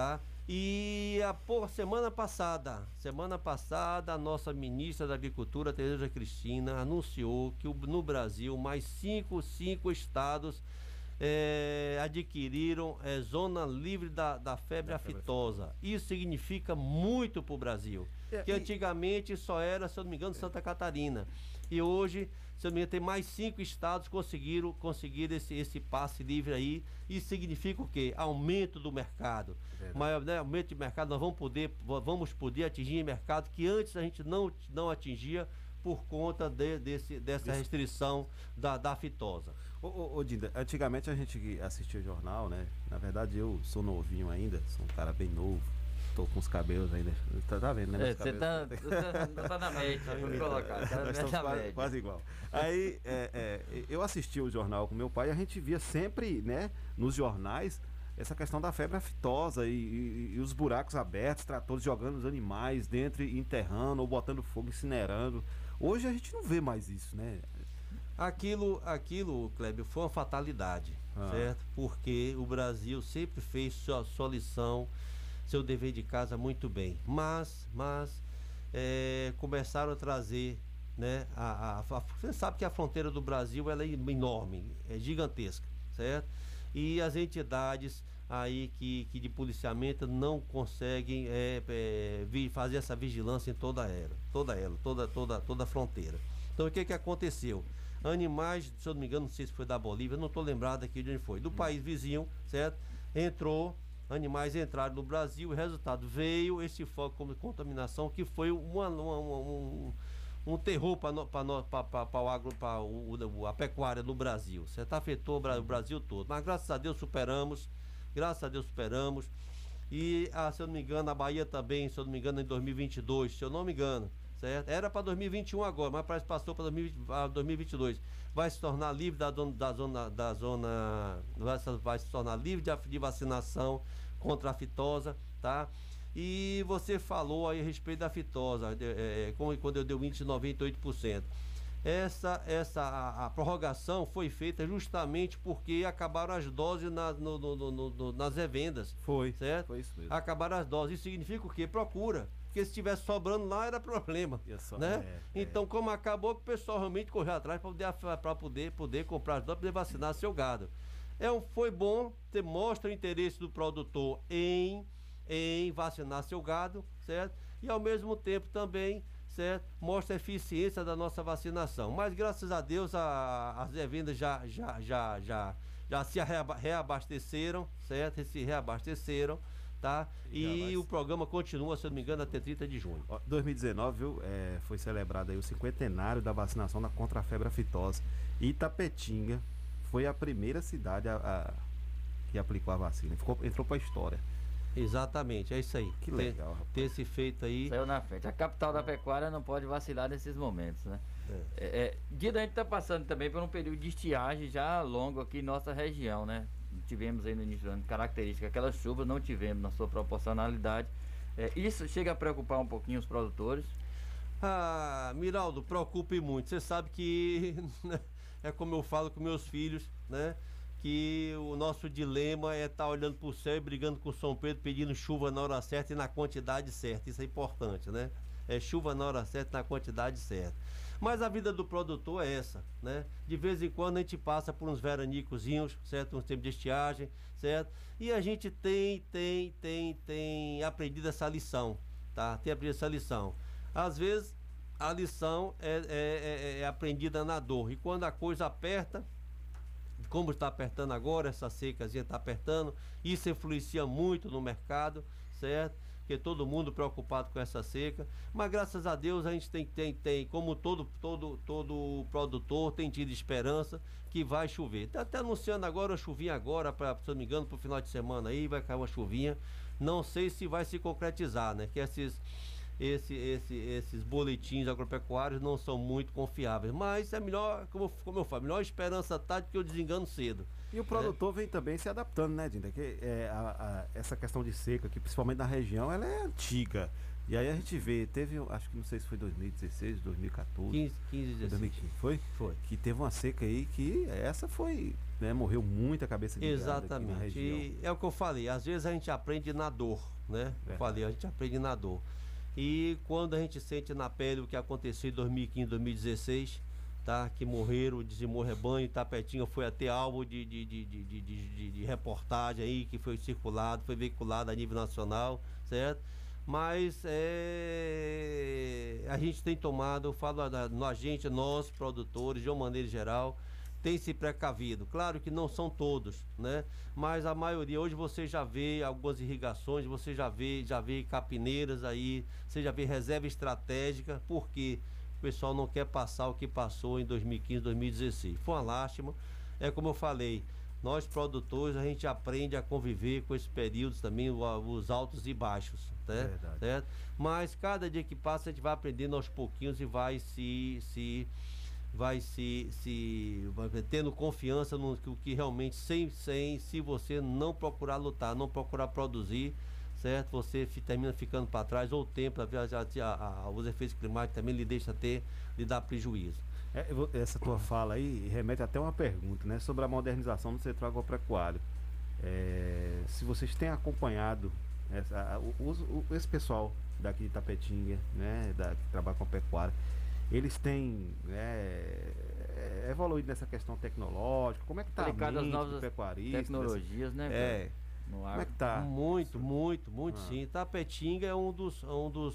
E semana passada, a nossa ministra da Agricultura, Tereza Cristina, anunciou que no Brasil mais cinco estados adquiriram zona livre da febre aftosa. Isso significa muito para o Brasil, que antigamente só era, se eu não me engano, Santa Catarina. E hoje, se eu não me engano, tem mais 5 estados conseguiram esse passe livre aí. Isso significa o quê? Aumento do mercado. Maior, né? Aumento de mercado, nós vamos poder atingir mercado que antes a gente não atingia por conta dessa restrição da aftosa. Ô Dinda, antigamente a gente assistia o jornal, né? Na verdade eu sou novinho ainda, sou um cara bem novo. Tô com os cabelos ainda. Tá vendo, né? Você tá na média, vou colocar. Nós estamos quase igual. Aí eu assistia o jornal com meu pai e a gente via sempre, né, nos jornais, essa questão da febre aftosa e os buracos abertos, tratores jogando os animais dentro, enterrando ou botando fogo, incinerando. Hoje a gente não vê mais isso, né? Aquilo, Clébio, foi uma fatalidade, certo? Porque o Brasil sempre fez sua lição, seu dever de casa muito bem, mas começaram a trazer, né, você sabe que a fronteira do Brasil ela é enorme, é gigantesca, certo? E as entidades aí que de policiamento não conseguem fazer essa vigilância em toda a fronteira. Então o que aconteceu? Animais, se eu não me engano, não sei se foi da Bolívia, não estou lembrado aqui de onde foi, do país vizinho, certo? Animais entraram no Brasil, o resultado veio esse foco como contaminação que foi um terror para a pecuária no Brasil. Certo? Afetou o Brasil todo. Mas graças a Deus superamos. E, se eu não me engano, a Bahia também, se eu não me engano, em 2022, se eu não me engano, certo? Era para 2021 agora, mas parece que passou para 2022. Vai se tornar livre vai se tornar livre de vacinação contra a aftosa, tá? E você falou aí a respeito da aftosa, quando eu dei o índice de 98%. A prorrogação foi feita justamente porque acabaram as doses nas revendas. Certo? Foi isso mesmo. Acabaram as doses. Isso significa o quê? Procura. Porque se estivesse sobrando lá era problema. Né? Então, como acabou, o pessoal realmente correu atrás para poder comprar as doses, poder vacinar seu gado. Foi bom, mostra o interesse do produtor em vacinar seu gado, certo? E ao mesmo tempo também, certo? Mostra a eficiência da nossa vacinação. Mas graças a Deus as revendas já se reabasteceram, certo? Se reabasteceram, tá? E o programa continua, se eu não me engano, até 30 de junho. 2019, viu? Foi celebrado aí o 50º da vacinação contra a febre aftosa. Itapetinga foi a primeira cidade que aplicou a vacina. Entrou para a história. Exatamente, é isso aí. Que legal, rapaz. Ter esse feito aí. Saiu na frente. A capital da pecuária não pode vacilar nesses momentos, né? Guida, a gente está passando também por um período de estiagem já longo aqui em nossa região, né? Tivemos aí no início do ano característica, aquelas chuvas não tivemos na sua proporcionalidade. Isso chega a preocupar um pouquinho os produtores? Miraldo, preocupe muito. Você sabe que é como eu falo com meus filhos, né? Que o nosso dilema é estar olhando para o céu e brigando com São Pedro, pedindo chuva na hora certa e na quantidade certa. Isso é importante, né? É chuva na hora certa e na quantidade certa. Mas a vida do produtor é essa, né? De vez em quando a gente passa por uns veranicozinhos, certo? Uns tempos de estiagem, certo? E a gente tem aprendido essa lição, tá? Tem aprendido essa lição. Às vezes a lição é aprendida na dor. E quando a coisa aperta, como está apertando agora, essa secazinha está apertando, isso influencia muito no mercado, certo? Porque todo mundo preocupado com essa seca, mas graças a Deus a gente tem como todo produtor tem tido esperança que vai chover. Está até anunciando agora a chuvinha agora, se eu não me engano, para o final de semana aí, vai cair uma chuvinha, não sei se vai se concretizar, né? Que esses boletins agropecuários não são muito confiáveis, mas é melhor, como eu falo, melhor esperança tarde que o desengano cedo. E o produtor vem também se adaptando, né, Dinda? Que essa questão de seca aqui, principalmente na região, ela é antiga. E aí a gente vê, acho que não sei se foi 2016, 2014. 15, 16. 2015, foi? Foi. Que teve uma seca aí que essa foi, né, morreu muita cabeça de gado aqui na região. E é o que eu falei, às vezes a gente aprende na dor, né? Eu falei, a gente aprende na dor. E quando a gente sente na pele o que aconteceu em 2015, 2016, tá? Que morreram, dizimou rebanho, Itapetinga foi até alvo de reportagem aí, que foi circulado, foi veiculado a nível nacional, certo? Mas a gente tem tomado, eu falo a gente, nós produtores, de uma maneira geral, tem se precavido. Claro que não são todos, né? Mas a maioria, hoje você já vê algumas irrigações, você já vê capineiras aí, você já vê reserva estratégica, porque o pessoal não quer passar o que passou em 2015, 2016. Foi uma lástima. É como eu falei, nós produtores, a gente aprende a conviver com esses períodos também, os altos e baixos, né? Certo? Mas cada dia que passa a gente vai aprendendo aos pouquinhos e vai tendo confiança no que realmente, se você não procurar lutar, não procurar produzir, certo? Você termina ficando para trás, ou o tempo, os efeitos climáticos também lhe dá prejuízo. Essa tua fala aí remete até uma pergunta, né? Sobre a modernização do setor agropecuário. Se vocês têm acompanhado esse pessoal daqui de Itapetinga, né? Que trabalha com a pecuária, eles têm evoluído nessa questão tecnológica? Como é que está a mente do pecuarista? Tecnologias, né? Como é que tá? Muito, sim. Itapetinga é um dos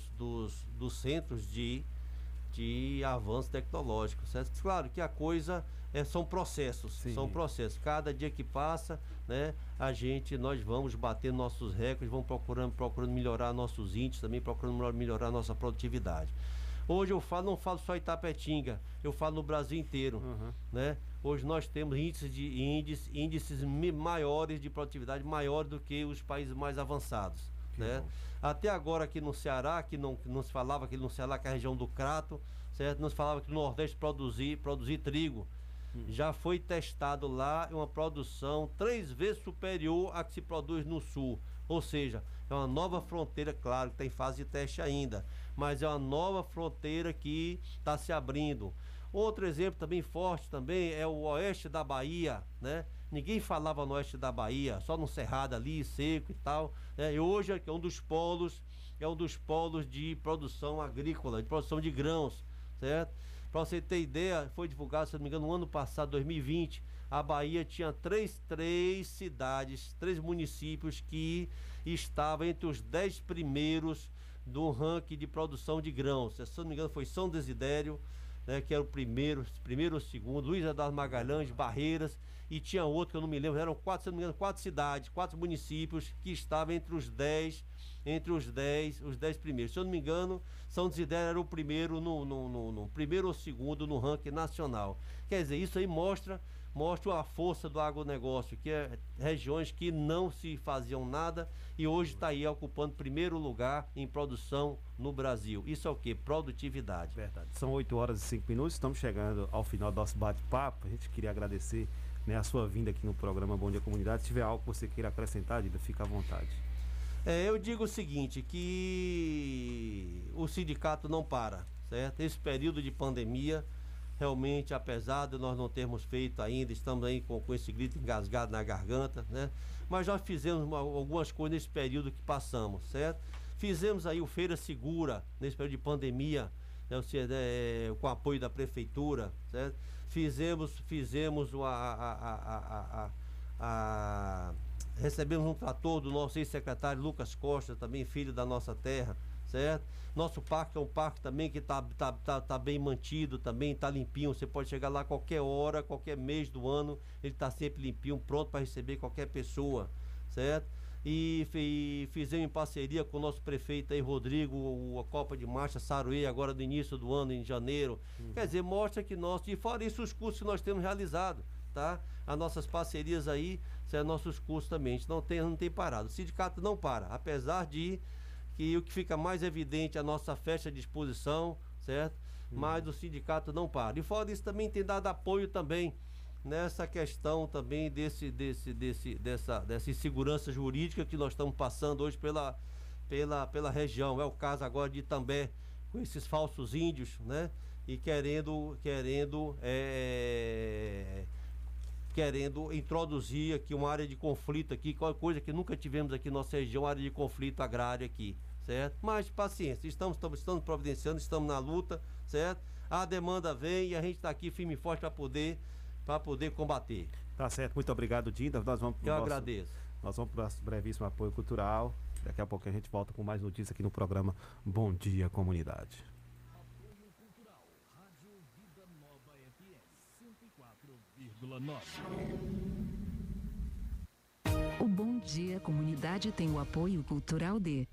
centros de avanço tecnológico, certo? Claro que a coisa são processos, Cada dia que passa, né? Nós vamos bater nossos recordes, vamos procurando melhorar nossos índices também, procurando melhorar nossa produtividade. Hoje não falo só Itapetinga, eu falo no Brasil inteiro, né? Hoje nós temos índices maiores de produtividade, maiores do que os países mais avançados, né? Até agora aqui no Ceará, que não se falava aqui no Ceará, que é a região do Crato, certo? Não se falava que no Nordeste produzir trigo. Já foi testado lá uma produção 3 vezes superior à que se produz no Sul. Ou seja, é uma nova fronteira, claro que tem fase de teste ainda, mas é uma nova fronteira que está se abrindo. Outro exemplo também forte também é o oeste da Bahia, né? Ninguém falava no oeste da Bahia, só no Cerrado ali, seco e tal, né? E hoje é um dos polos de produção agrícola, de produção de grãos, certo? Para você ter ideia, foi divulgado, se não me engano, no ano passado, 2020, a Bahia tinha três cidades, 3 municípios que estavam entre os 10 primeiros do ranking de produção de grãos. Se não me engano, foi São Desidério, né, que era o primeiro ou segundo, Luiz Eduardo Magalhães, Barreiras, e tinha outro que eu não me lembro, eram 4, se não me engano, 4 cidades, 4 municípios que estavam entre os 10 primeiros. Se eu não me engano, São Desidério era o primeiro, no primeiro ou segundo no ranking nacional. Quer dizer, isso aí mostra a força do agronegócio, que é regiões que não se faziam nada e hoje está aí ocupando primeiro lugar em produção no Brasil. Isso é o quê? Produtividade. Verdade. São 8h05, estamos chegando ao final do nosso bate-papo. A gente queria agradecer, né, a sua vinda aqui no programa Bom Dia Comunidade. Se tiver algo que você queira acrescentar, Dida, fica à vontade. Eu digo o seguinte, que o sindicato não para, certo? Esse período de pandemia, realmente, apesar de nós não termos feito ainda, estamos aí com esse grito engasgado na garganta, né? Mas nós fizemos algumas coisas nesse período que passamos, certo? Fizemos aí o Feira Segura, nesse período de pandemia, né? Com apoio da prefeitura, certo? Recebemos um trator do nosso ex-secretário Lucas Costa, também filho da nossa terra, certo? Nosso parque é um parque também que tá bem mantido, também está limpinho. Você pode chegar lá a qualquer hora, qualquer mês do ano, ele está sempre limpinho, pronto para receber qualquer pessoa, certo? E fizemos em parceria com o nosso prefeito aí, Rodrigo, a Copa de Marcha Saruê, agora do início do ano, em janeiro. Quer dizer, mostra que e fora isso, os cursos que nós temos realizado, tá? As nossas parcerias aí, nossos cursos também, a gente não tem parado. O sindicato não para, apesar de que o que fica mais evidente é a nossa festa de exposição, certo? Mas o sindicato não para. E fora isso também tem dado apoio também nessa questão também dessa insegurança jurídica que nós estamos passando hoje pela região. É o caso agora de Itambé, com esses falsos índios, né? E querendo querendo introduzir aqui uma área de conflito aqui, qualquer coisa que nunca tivemos aqui na nossa região, área de conflito agrário aqui, certo? Mas paciência, estamos providenciando, estamos na luta, certo? A demanda vem e a gente está aqui firme e forte para poder combater. Tá certo, muito obrigado, Dinda. Nós vamos Eu agradeço. Nós vamos para o nosso brevíssimo apoio cultural. Daqui a pouco a gente volta com mais notícias aqui no programa Bom Dia Comunidade. O Bom Dia Comunidade tem o apoio cultural de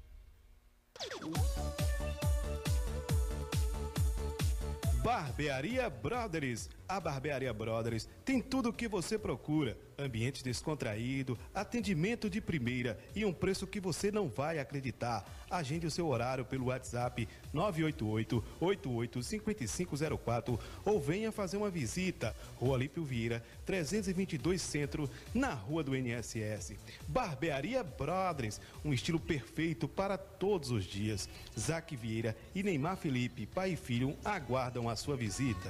Barbearia Brothers. A Barbearia Brothers tem tudo o que você procura. Ambiente descontraído, atendimento de primeira e um preço que você não vai acreditar. Agende o seu horário pelo WhatsApp 988-885504 ou venha fazer uma visita. Rua Alípio Vieira, 322 Centro, na Rua do NSS. Barbearia Brothers, um estilo perfeito para todos os dias. Zac Vieira e Neymar Felipe, pai e filho, aguardam a sua visita.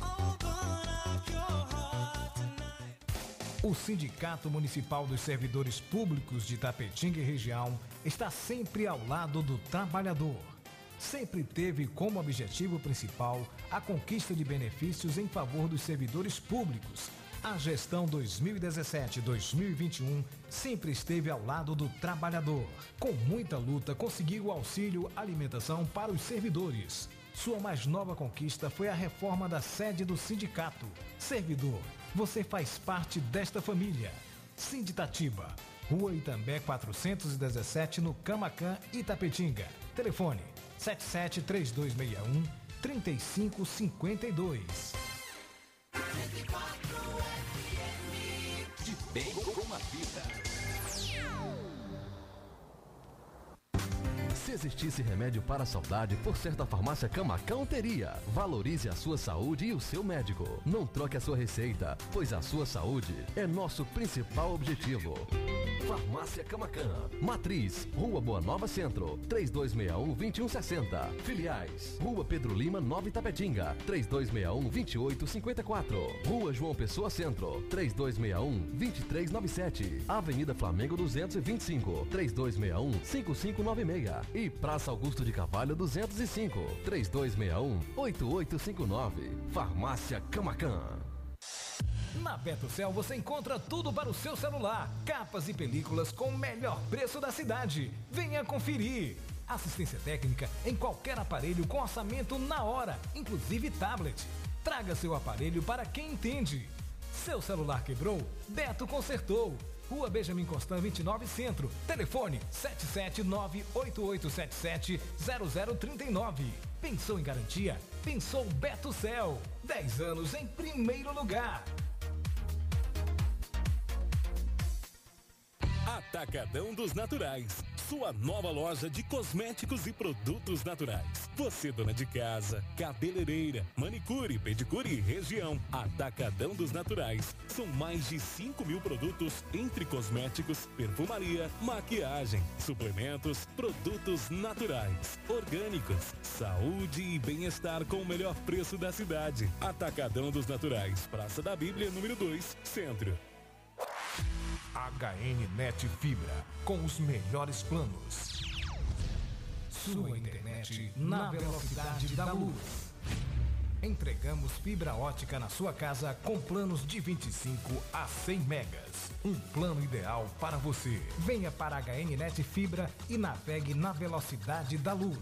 O Sindicato Municipal dos Servidores Públicos de Itapetinga e região está sempre ao lado do trabalhador. Sempre teve como objetivo principal a conquista de benefícios em favor dos servidores públicos. A gestão 2017-2021 sempre esteve ao lado do trabalhador. Com muita luta, conseguiu o auxílio alimentação para os servidores. Sua mais nova conquista foi a reforma da sede do sindicato. Servidor, você faz parte desta família. Sinditatiba, Rua Itambé 417, no Camacan, Itapetinga. Telefone 77-3261-3552. De bem com a vida. Se existisse remédio para a saudade, por certa farmácia Camacão teria. Valorize a sua saúde e o seu médico. Não troque a sua receita, pois a sua saúde é nosso principal objetivo. Farmácia Camacã. Matriz, Rua Boa Nova Centro, 3261-2160. Filiais, Rua Pedro Lima, Nova Itapetinga, 3261-2854. Rua João Pessoa Centro, 3261-2397. Avenida Flamengo 225, 3261-5596. E Praça Augusto de Carvalho 205, 3261-8859. Farmácia Camacã. Na Betocel você encontra tudo para o seu celular, capas e películas com o melhor preço da cidade. Venha conferir. Assistência técnica em qualquer aparelho com orçamento na hora, inclusive tablet. Traga seu aparelho para quem entende. Seu celular quebrou? Beto consertou. Rua Benjamin Constant 29 Centro. Telefone 779-8877-0039. Pensou em garantia? Pensou Betocel. 10 anos em primeiro lugar. Atacadão dos Naturais, sua nova loja de cosméticos e produtos naturais. Você, dona de casa, cabeleireira, manicure, pedicure e região. Atacadão dos Naturais. São mais de 5.000 produtos entre cosméticos, perfumaria, maquiagem, suplementos, produtos naturais, orgânicos, saúde e bem-estar com o melhor preço da cidade. Atacadão dos Naturais, Praça da Bíblia, número 2, Centro. HN Net Fibra, com os melhores planos. Sua internet na velocidade da luz. Entregamos fibra ótica na sua casa com planos de 25 a 100 megas. Um plano ideal para você. Venha para a HN Net Fibra e navegue na velocidade da luz.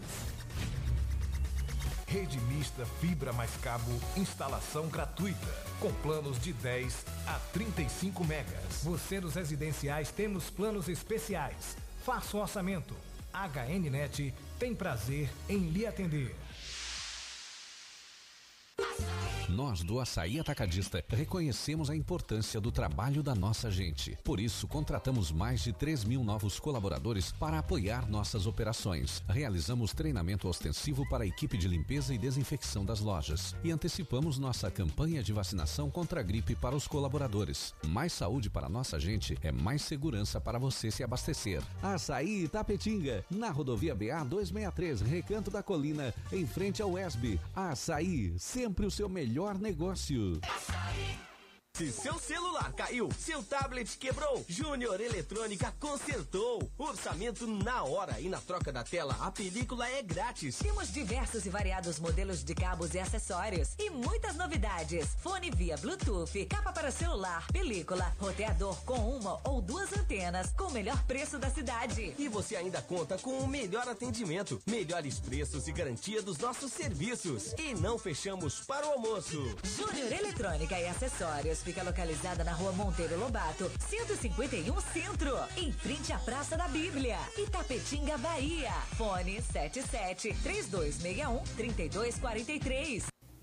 Rede mista, fibra mais cabo, instalação gratuita, com planos de 10 a 35 megas. Você dos residenciais temos planos especiais. Faça o orçamento. HN Net tem prazer em lhe atender. Nós do Açaí Atacadista reconhecemos a importância do trabalho da nossa gente. Por isso, contratamos mais de 3.000 novos colaboradores para apoiar nossas operações. Realizamos treinamento ostensivo para a equipe de limpeza e desinfecção das lojas. E antecipamos nossa campanha de vacinação contra a gripe para os colaboradores. Mais saúde para a nossa gente é mais segurança para você se abastecer. Açaí Itapetinga, na rodovia BA 263, Recanto da Colina, em frente ao ESB. Açaí, sempre o seu melhor negócio. Se seu celular caiu, seu tablet quebrou, Júnior Eletrônica consertou. Orçamento na hora e na troca da tela a película é grátis. Temos diversos e variados modelos de cabos e acessórios e muitas novidades. Fone via Bluetooth, capa para celular, película, roteador com uma ou duas antenas com o melhor preço da cidade. E você ainda conta com o melhor atendimento, melhores preços e garantia dos nossos serviços. E não fechamos para o almoço. Júnior Eletrônica e Acessórios fica localizada na Rua Monteiro Lobato, 151 Centro, em frente à Praça da Bíblia, Itapetinga, Bahia. Fone 77-3261-3243.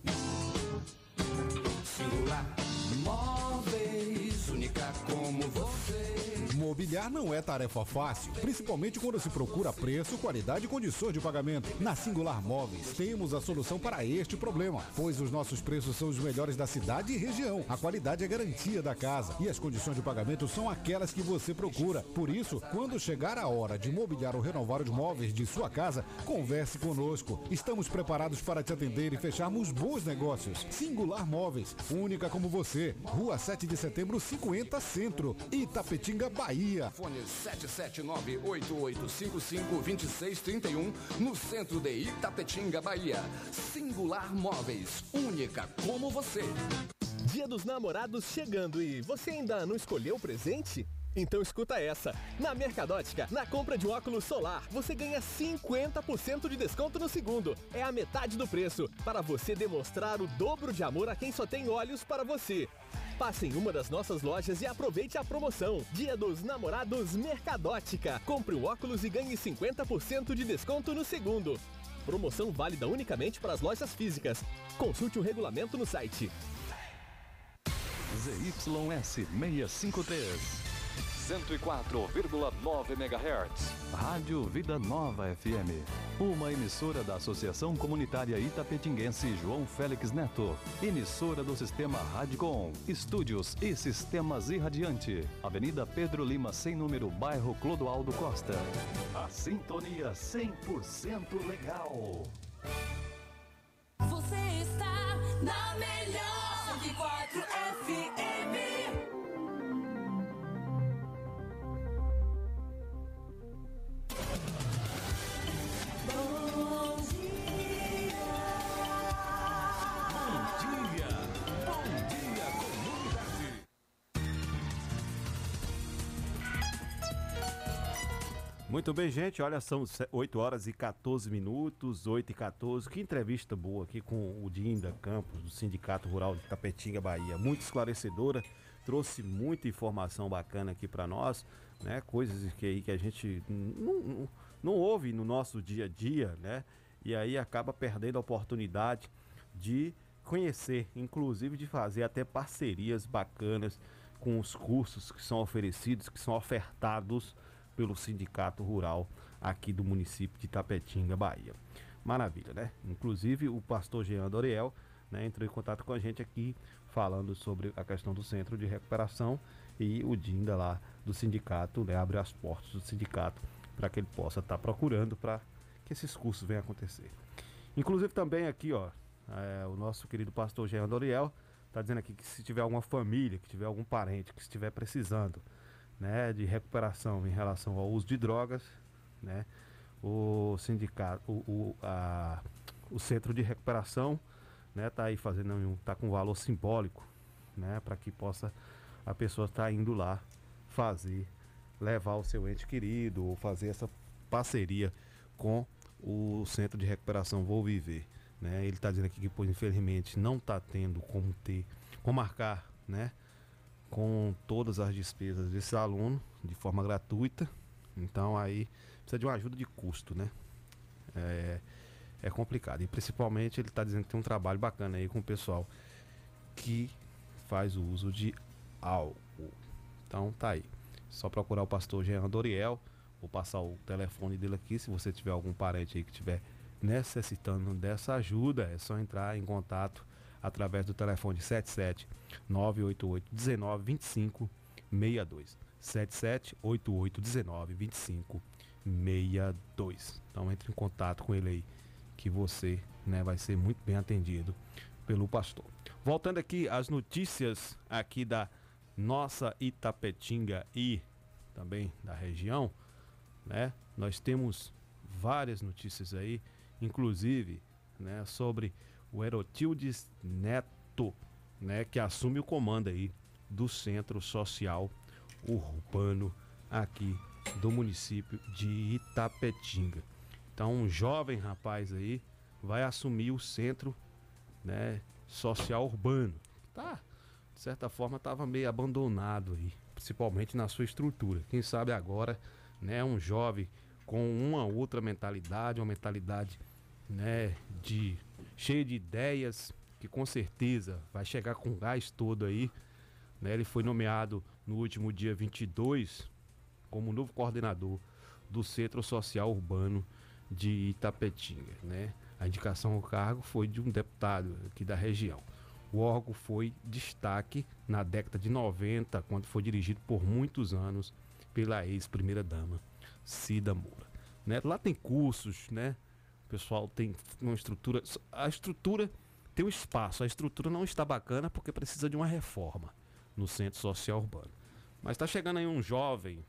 Singular Móveis, única como você. Mobiliar não é tarefa fácil, principalmente quando se procura preço, qualidade e condições de pagamento. Na Singular Móveis, temos a solução para este problema, pois os nossos preços são os melhores da cidade e região. A qualidade é garantia da casa e as condições de pagamento são aquelas que você procura. Por isso, quando chegar a hora de mobiliar ou renovar os móveis de sua casa, converse conosco. Estamos preparados para te atender e fecharmos bons negócios. Singular Móveis, única como você. Rua 7 de Setembro, 50 Centro, Itapetinga, Bahia. Fone 779-8855-2631, no centro de Itapetinga, Bahia. Singular Móveis, única como você. Dia dos Namorados chegando e você ainda não escolheu o presente? Então escuta essa. Na Mercadótica, na compra de um óculos solar, você ganha 50% de desconto no segundo. É a metade do preço, para você demonstrar o dobro de amor a quem só tem olhos para você. Passe em uma das nossas lojas e aproveite a promoção. Dia dos Namorados Mercadótica. Compre um óculos e ganhe 50% de desconto no segundo. Promoção válida unicamente para as lojas físicas. Consulte o regulamento no site. ZYS 653. 104,9 MHz. Rádio Vida Nova FM. Uma emissora da Associação Comunitária Itapetinguense João Félix Neto. Emissora do Sistema Radicom. Estúdios e Sistemas Irradiante. Avenida Pedro Lima, sem número, bairro Clodoaldo Costa. A sintonia 100% legal. Você está na melhor 104 FM. Muito bem, gente, olha, são 8 horas e 14 minutos, 8 e 14. Que entrevista boa aqui com o Dinda Campos, do Sindicato Rural de Itapetinga, Bahia. Muito esclarecedora, trouxe muita informação bacana aqui para nós, né? Coisas que a gente não ouve no nosso dia a dia, né? E aí acaba perdendo a oportunidade de conhecer, inclusive de fazer até parcerias bacanas com os cursos que são oferecidos, que são ofertados pelo Sindicato Rural aqui do município de Itapetinga, Bahia. Maravilha, né? Inclusive o pastor Jean Doriel, né, entrou em contato com a gente aqui falando sobre a questão do centro de recuperação, e o Dinda lá do sindicato, né, abre as portas do sindicato para que ele possa estar procurando para que esses cursos venham a acontecer. Inclusive também aqui, ó, o nosso querido pastor Jean Doriel está dizendo aqui que se tiver alguma família, que tiver algum parente que estiver precisando, né, de recuperação em relação ao uso de drogas, né, o sindicato, o centro de recuperação, né, tá aí fazendo, tá com um valor simbólico, né, para que possa a pessoa estar indo lá levar o seu ente querido, ou fazer essa parceria com o centro de recuperação Vou Viver, né. Ele está dizendo aqui que, pois, infelizmente não está tendo como marcar, né, com todas as despesas desse aluno de forma gratuita. Então aí precisa de uma ajuda de custo, né? É complicado. E principalmente ele está dizendo que tem um trabalho bacana aí com o pessoal que faz o uso de álcool. Então tá aí. Só procurar o pastor Jean Doriel. Vou passar o telefone dele aqui. Se você tiver algum parente aí que estiver necessitando dessa ajuda, é só entrar em contato através do telefone 77-988-19-25-62. 77-88-19-25-62. Então entre em contato com ele aí, que você, né, vai ser muito bem atendido pelo pastor. Voltando aqui às notícias aqui da nossa Itapetinga e também da região, né? Nós temos várias notícias aí, inclusive, né, sobre o Herotildes Neto, né, que assume o comando aí do Centro Social Urbano aqui do município de Itapetinga. Então, um jovem rapaz aí vai assumir o Centro, né, Social Urbano. Tá, de certa forma, estava meio abandonado aí, principalmente na sua estrutura. Quem sabe agora, né, um jovem com uma outra mentalidade, uma mentalidade, né, cheia de ideias, que com certeza vai chegar com gás todo aí, né? Ele foi nomeado no último dia 22 como novo coordenador do Centro Social Urbano de Itapetinga, né? A indicação ao cargo foi de um deputado aqui da região. O órgão foi destaque na década de 90, quando foi dirigido por muitos anos pela ex-primeira-dama Cida Moura, né? Lá tem cursos, né? O pessoal tem uma estrutura, a estrutura tem um espaço, a estrutura não está bacana porque precisa de uma reforma no Centro Social Urbano. Mas está chegando aí um jovem,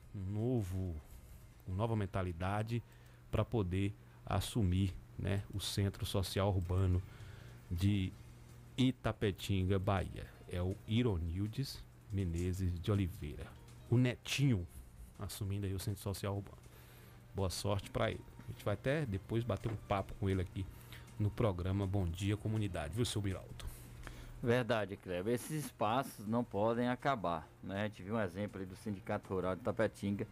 com nova mentalidade para poder assumir, né, o Centro Social Urbano de Itapetinga, Bahia. É o Ironildes Menezes de Oliveira, o netinho, assumindo aí o Centro Social Urbano. Boa sorte para ele. A gente vai até depois bater um papo com ele aqui no programa Bom Dia Comunidade, viu, seu Miraldo? Verdade, Kleber. Esses espaços não podem acabar, né? A gente viu um exemplo aí do Sindicato Rural de Itapetinga,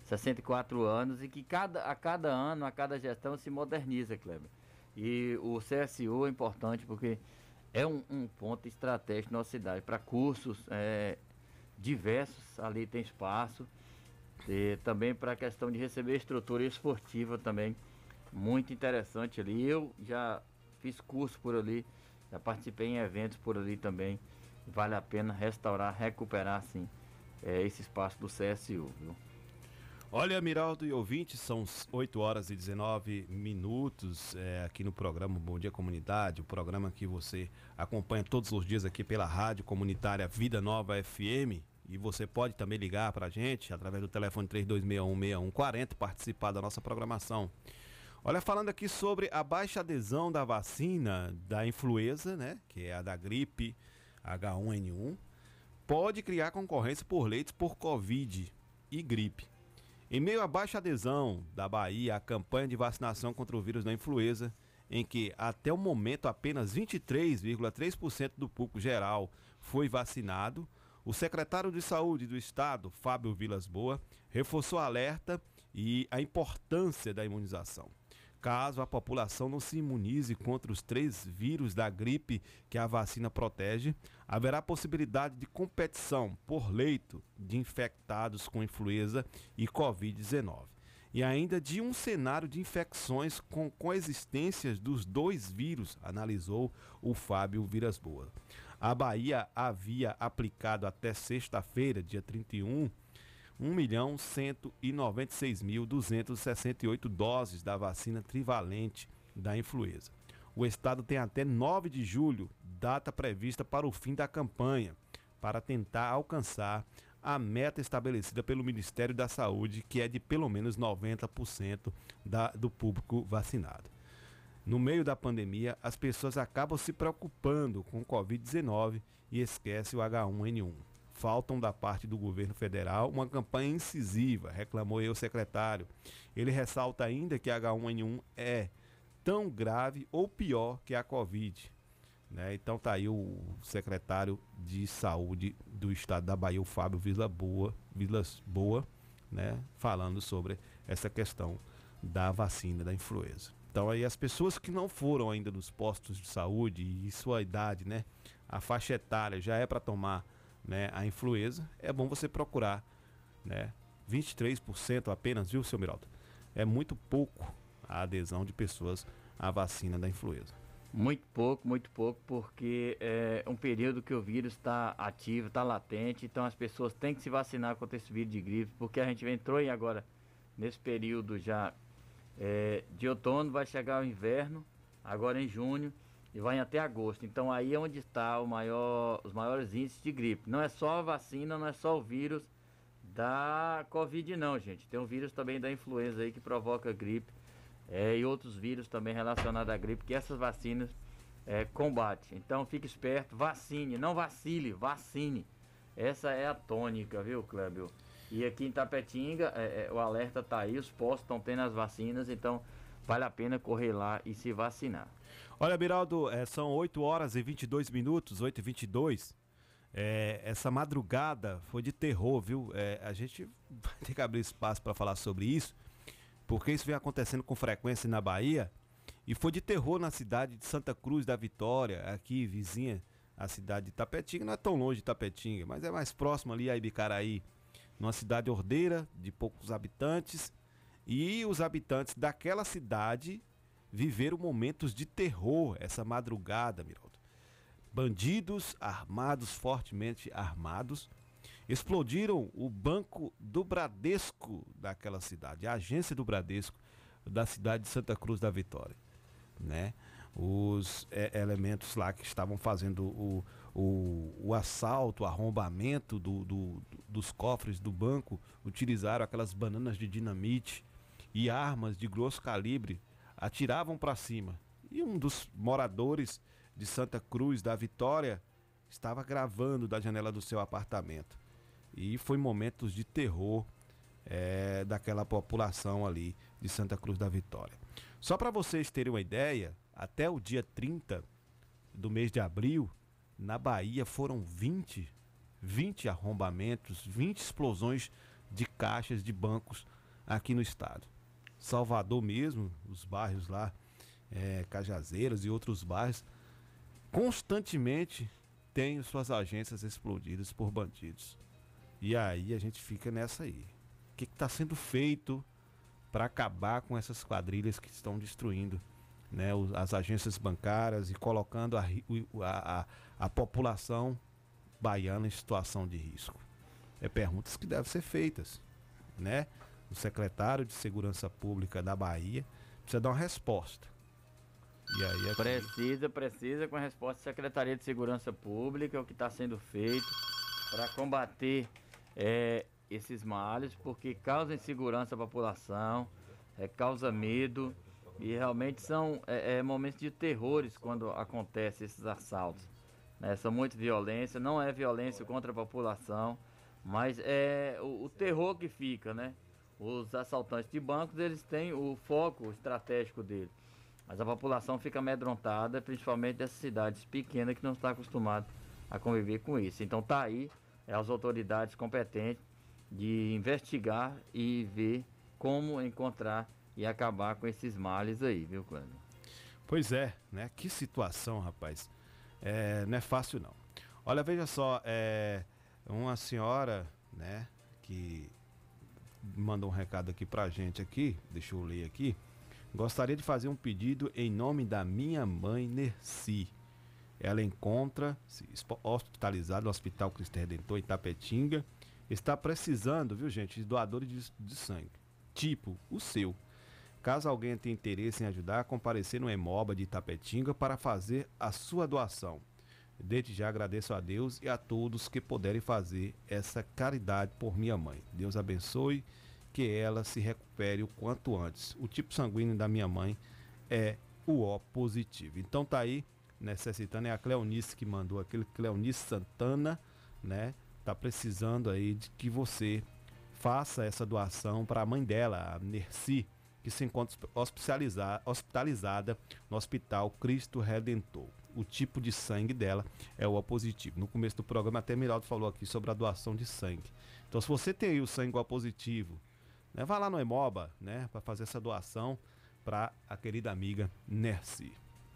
64 anos, e que a cada ano, a cada gestão se moderniza, Kleber. E o CSU é importante porque é um ponto estratégico na nossa cidade para cursos diversos, ali tem espaço. E também para a questão de receber estrutura esportiva também, muito interessante ali. Eu já fiz curso por ali, já participei em eventos por ali também. Vale a pena restaurar, recuperar sim esse espaço do CSU, viu? Olha, Miraldo e ouvintes, são 8 horas e 19 minutos aqui no programa Bom Dia Comunidade, o programa que você acompanha todos os dias aqui pela rádio comunitária Vida Nova FM. E você pode também ligar para a gente através do telefone 3261-6140, participar da nossa programação. Olha, falando aqui sobre a baixa adesão da vacina da influenza, né, que é a da gripe H1N1, pode criar concorrência por leitos por Covid e gripe. Em meio à baixa adesão da Bahia à campanha de vacinação contra o vírus da influenza, em que até o momento apenas 23,3% do público geral foi vacinado, o secretário de Saúde do Estado, Fábio Vilas Boas, reforçou o alerta e a importância da imunização. Caso a população não se imunize contra os 3 vírus da gripe que a vacina protege, haverá possibilidade de competição por leito de infectados com influenza e Covid-19. E ainda de um cenário de infecções com coexistências dos 2 vírus, analisou o Fábio Vilas Boas. A Bahia havia aplicado até sexta-feira, dia 31, 1.196.268 doses da vacina trivalente da influenza. O estado tem até 9 de julho, data prevista para o fim da campanha, para tentar alcançar a meta estabelecida pelo Ministério da Saúde, que é de pelo menos 90% do público vacinado. No meio da pandemia, as pessoas acabam se preocupando com o Covid-19 e esquecem o H1N1. Faltam da parte do governo federal uma campanha incisiva, reclamou o secretário. Ele ressalta ainda que a H1N1 é tão grave ou pior que a Covid, né? Então tá aí o secretário de Saúde do Estado da Bahia, o Fábio Vilas Boas, né? Falando sobre essa questão da vacina da influenza. Então aí as pessoas que não foram ainda nos postos de saúde e sua idade, né? A faixa etária já é para tomar, né, a influenza, é bom você procurar, né? 23% apenas, viu, seu Miraldo? É muito pouco a adesão de pessoas à vacina da influenza. Muito pouco, porque é um período que o vírus está ativo, está latente, então as pessoas têm que se vacinar contra esse vírus de gripe, porque a gente entrou agora nesse período já de outono, vai chegar o inverno, agora em junho, e vai até agosto. Então aí é onde está os maiores índices de gripe. Não é só a vacina, não é só o vírus da Covid não, gente. Tem um vírus também da influenza aí que provoca gripe, e outros vírus também relacionados à gripe que essas vacinas combatem. Então fique esperto, vacine, não vacile, vacine. Essa é a tônica, viu, Clébio? E aqui em Itapetinga, o alerta tá aí, os postos estão tendo as vacinas, então vale a pena correr lá e se vacinar. Olha, Biraldo, são 8 horas e 22 minutos, 8h22. Essa madrugada foi de terror, viu? A gente vai ter que abrir espaço para falar sobre isso, porque isso vem acontecendo com frequência na Bahia, e foi de terror na cidade de Santa Cruz da Vitória, aqui vizinha à cidade de Itapetinga. Não é tão longe de Itapetinga, mas é mais próximo ali a Ibicaraí, numa cidade ordeira, de poucos habitantes, e os habitantes daquela cidade viveram momentos de terror essa madrugada, Miraldo. Bandidos armados, fortemente armados, explodiram o banco do Bradesco daquela cidade, a agência do Bradesco da cidade de Santa Cruz da Vitória, né? Os elementos lá que estavam fazendo o assalto, o arrombamento dos cofres do banco, utilizaram aquelas bananas de dinamite e armas de grosso calibre, atiravam para cima. E um dos moradores de Santa Cruz da Vitória estava gravando da janela do seu apartamento. E foi momentos de terror daquela população ali de Santa Cruz da Vitória. Só para vocês terem uma ideia, até o dia 30 do mês de abril, na Bahia foram 20 arrombamentos, 20 explosões de caixas de bancos aqui no estado. Salvador mesmo, os bairros lá, Cajazeiras e outros bairros, constantemente tem suas agências explodidas por bandidos. E aí a gente fica nessa aí. O que está sendo feito para acabar com essas quadrilhas que estão destruindo, né, as agências bancárias e colocando a população baiana em situação de risco? Perguntas que devem ser feitas, né? O secretário de Segurança Pública da Bahia precisa dar uma resposta. E aí precisa com a resposta da Secretaria de Segurança Pública, o que está sendo feito para combater esses males, porque causa insegurança à população, causa medo, e realmente são momentos de terrores quando acontecem esses assaltos, né? São muito violência, não é violência contra a população, mas é o terror que fica, né? Os assaltantes de bancos, eles têm o foco estratégico deles, mas a população fica amedrontada, principalmente dessas cidades pequenas que não está acostumada a conviver com isso. Então tá aí as autoridades competentes de investigar e ver como encontrar e acabar com esses males aí, viu, Cláudio? Pois é, né? Que situação, rapaz. Não é fácil não. Olha, veja só, uma senhora, né, que mandou um recado aqui pra gente aqui, deixa eu ler aqui. Gostaria de fazer um pedido em nome da minha mãe Nerci. Ela encontra-se hospitalizada no Hospital Cristo Redentor Itapetinga. Está precisando, viu, gente, de doadores de sangue, tipo o seu. Caso alguém tenha interesse em ajudar, comparecer no Hemoba de Itapetinga para fazer a sua doação. Desde já agradeço a Deus e a todos que puderem fazer essa caridade por minha mãe. Deus abençoe, que ela se recupere o quanto antes. O tipo sanguíneo da minha mãe é o O positivo. Então tá aí, necessitando, é a Cleonice que mandou aquele, Cleonice Santana, né? Tá precisando aí de que você faça essa doação para a mãe dela, a Nerci, que se encontra hospitalizada no Hospital Cristo Redentor. O tipo de sangue dela é o O positivo. No começo do programa até Miraldo falou aqui sobre a doação de sangue. Então se você tem aí o sangue O positivo, né, vá lá no Hemoba, né, para fazer essa doação para a querida amiga Nerci.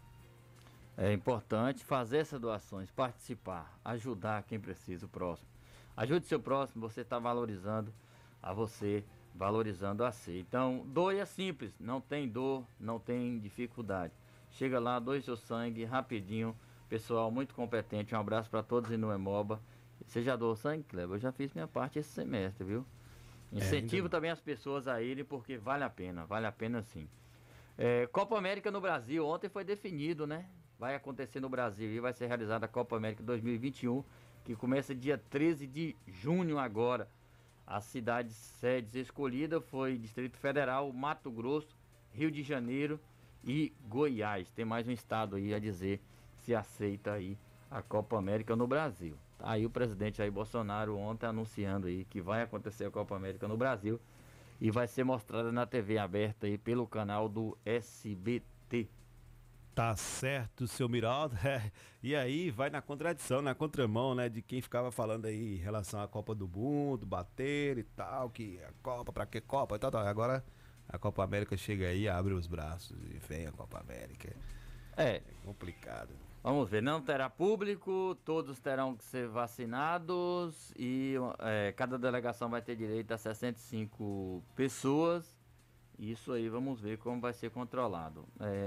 É importante fazer essas doações, participar, ajudar quem precisa, o próximo. Ajude seu próximo, você está valorizando a você, valorizando a si. Então, doe é simples, não tem dor, não tem dificuldade. Chega lá, doe seu sangue rapidinho. Pessoal muito competente, um abraço para todos aí no Hemoba. Você já doou sangue, Cleber? Eu já fiz minha parte esse semestre, viu? Incentivo também as pessoas a irem, porque vale a pena sim. Copa América no Brasil, ontem foi definido, né? vai acontecer no Brasil e vai ser realizada a Copa América 2021, que começa dia 13 de junho agora. As cidades sedes escolhidas foi Distrito Federal, Mato Grosso, Rio de Janeiro e Goiás. Tem mais um estado aí a dizer se aceita aí a Copa América no Brasil. Tá aí o presidente Jair Bolsonaro ontem anunciando aí que vai acontecer a Copa América no Brasil e vai ser mostrada na TV aberta aí pelo canal do SBT. Tá certo, seu Miraldo. E aí vai na contradição, na contramão, né, de quem ficava falando aí em relação à Copa do Mundo, bater e tal, que a Copa, pra que Copa e tal. Agora a Copa América chega aí, abre os braços e vem a Copa América. É complicado. Vamos ver, não terá público, todos terão que ser vacinados e cada delegação vai ter direito a 65 pessoas. Isso aí, vamos ver como vai ser controlado.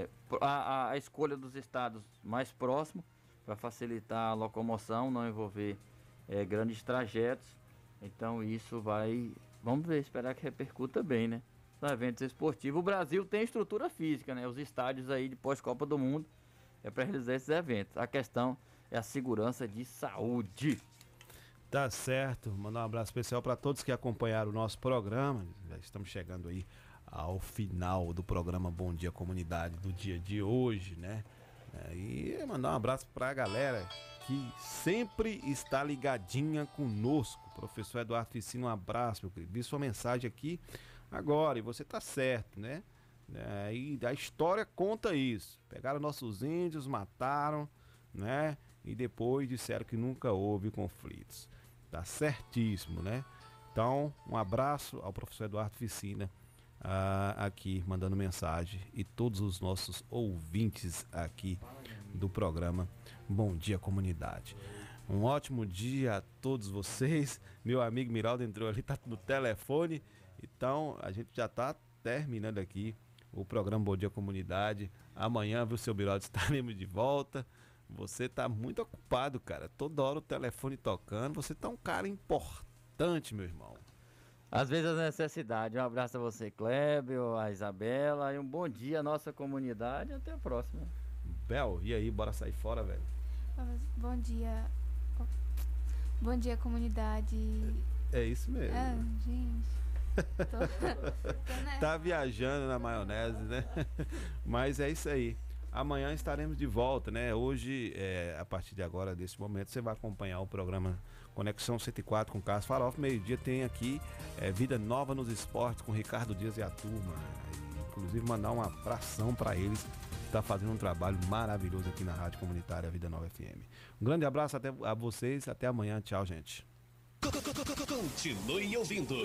A escolha dos estados mais próximos para facilitar a locomoção, não envolver grandes trajetos. Então isso vai, vamos ver, esperar que repercuta bem, né? São eventos esportivos. O Brasil tem estrutura física, né? Os estádios aí de pós-Copa do Mundo é para realizar esses eventos. A questão é a segurança de saúde. Tá certo. Mandar um abraço especial para todos que acompanharam o nosso programa. Já estamos chegando aí ao final do programa Bom Dia Comunidade do dia de hoje, né? E mandar um abraço para a galera que sempre está ligadinha conosco. Professor Eduardo Ficino, um abraço, meu querido. Vi sua mensagem aqui agora e você tá certo, né? E a história conta isso. Pegaram nossos índios, mataram, né? E depois disseram que nunca houve conflitos. Tá certíssimo, né? Então, um abraço ao professor Eduardo Ficina, aqui mandando mensagem, e todos os nossos ouvintes aqui do programa Bom Dia Comunidade. Um ótimo dia a todos vocês. Meu amigo Miraldo entrou ali, tá no telefone. Então a gente já tá terminando aqui o programa Bom Dia Comunidade. Amanhã, viu, seu Miraldo, estaremos de volta. Você tá muito ocupado, cara. Toda hora o telefone tocando. Você tá um cara importante, meu irmão. Às vezes a necessidade. Um abraço a você, Clébio, a Isabela, e um bom dia à nossa comunidade. Até a próxima. Bel, e aí, bora sair fora, velho? Bom dia. Bom dia, comunidade. É isso mesmo. Gente. Tá viajando na maionese, né? Mas é isso aí. Amanhã estaremos de volta, né? Hoje, a partir de agora, desse momento, você vai acompanhar o programa Conexão 104 com Carlos Farofa. Meio-dia tem aqui Vida Nova nos Esportes com Ricardo Dias e a turma. Inclusive, mandar um abração para eles, que tá fazendo um trabalho maravilhoso aqui na Rádio Comunitária Vida Nova FM. Um grande abraço a vocês. Até amanhã. Tchau, gente. Continue ouvindo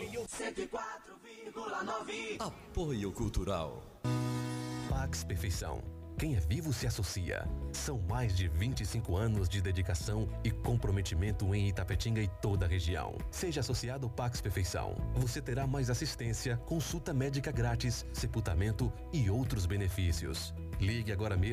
104,9. Apoio Cultural. Pax Perfeição. Quem é vivo se associa. São mais de 25 anos de dedicação e comprometimento em Itapetinga e toda a região. Seja associado ao Pax Perfeição. Você terá mais assistência, consulta médica grátis, sepultamento e outros benefícios. Ligue agora mesmo.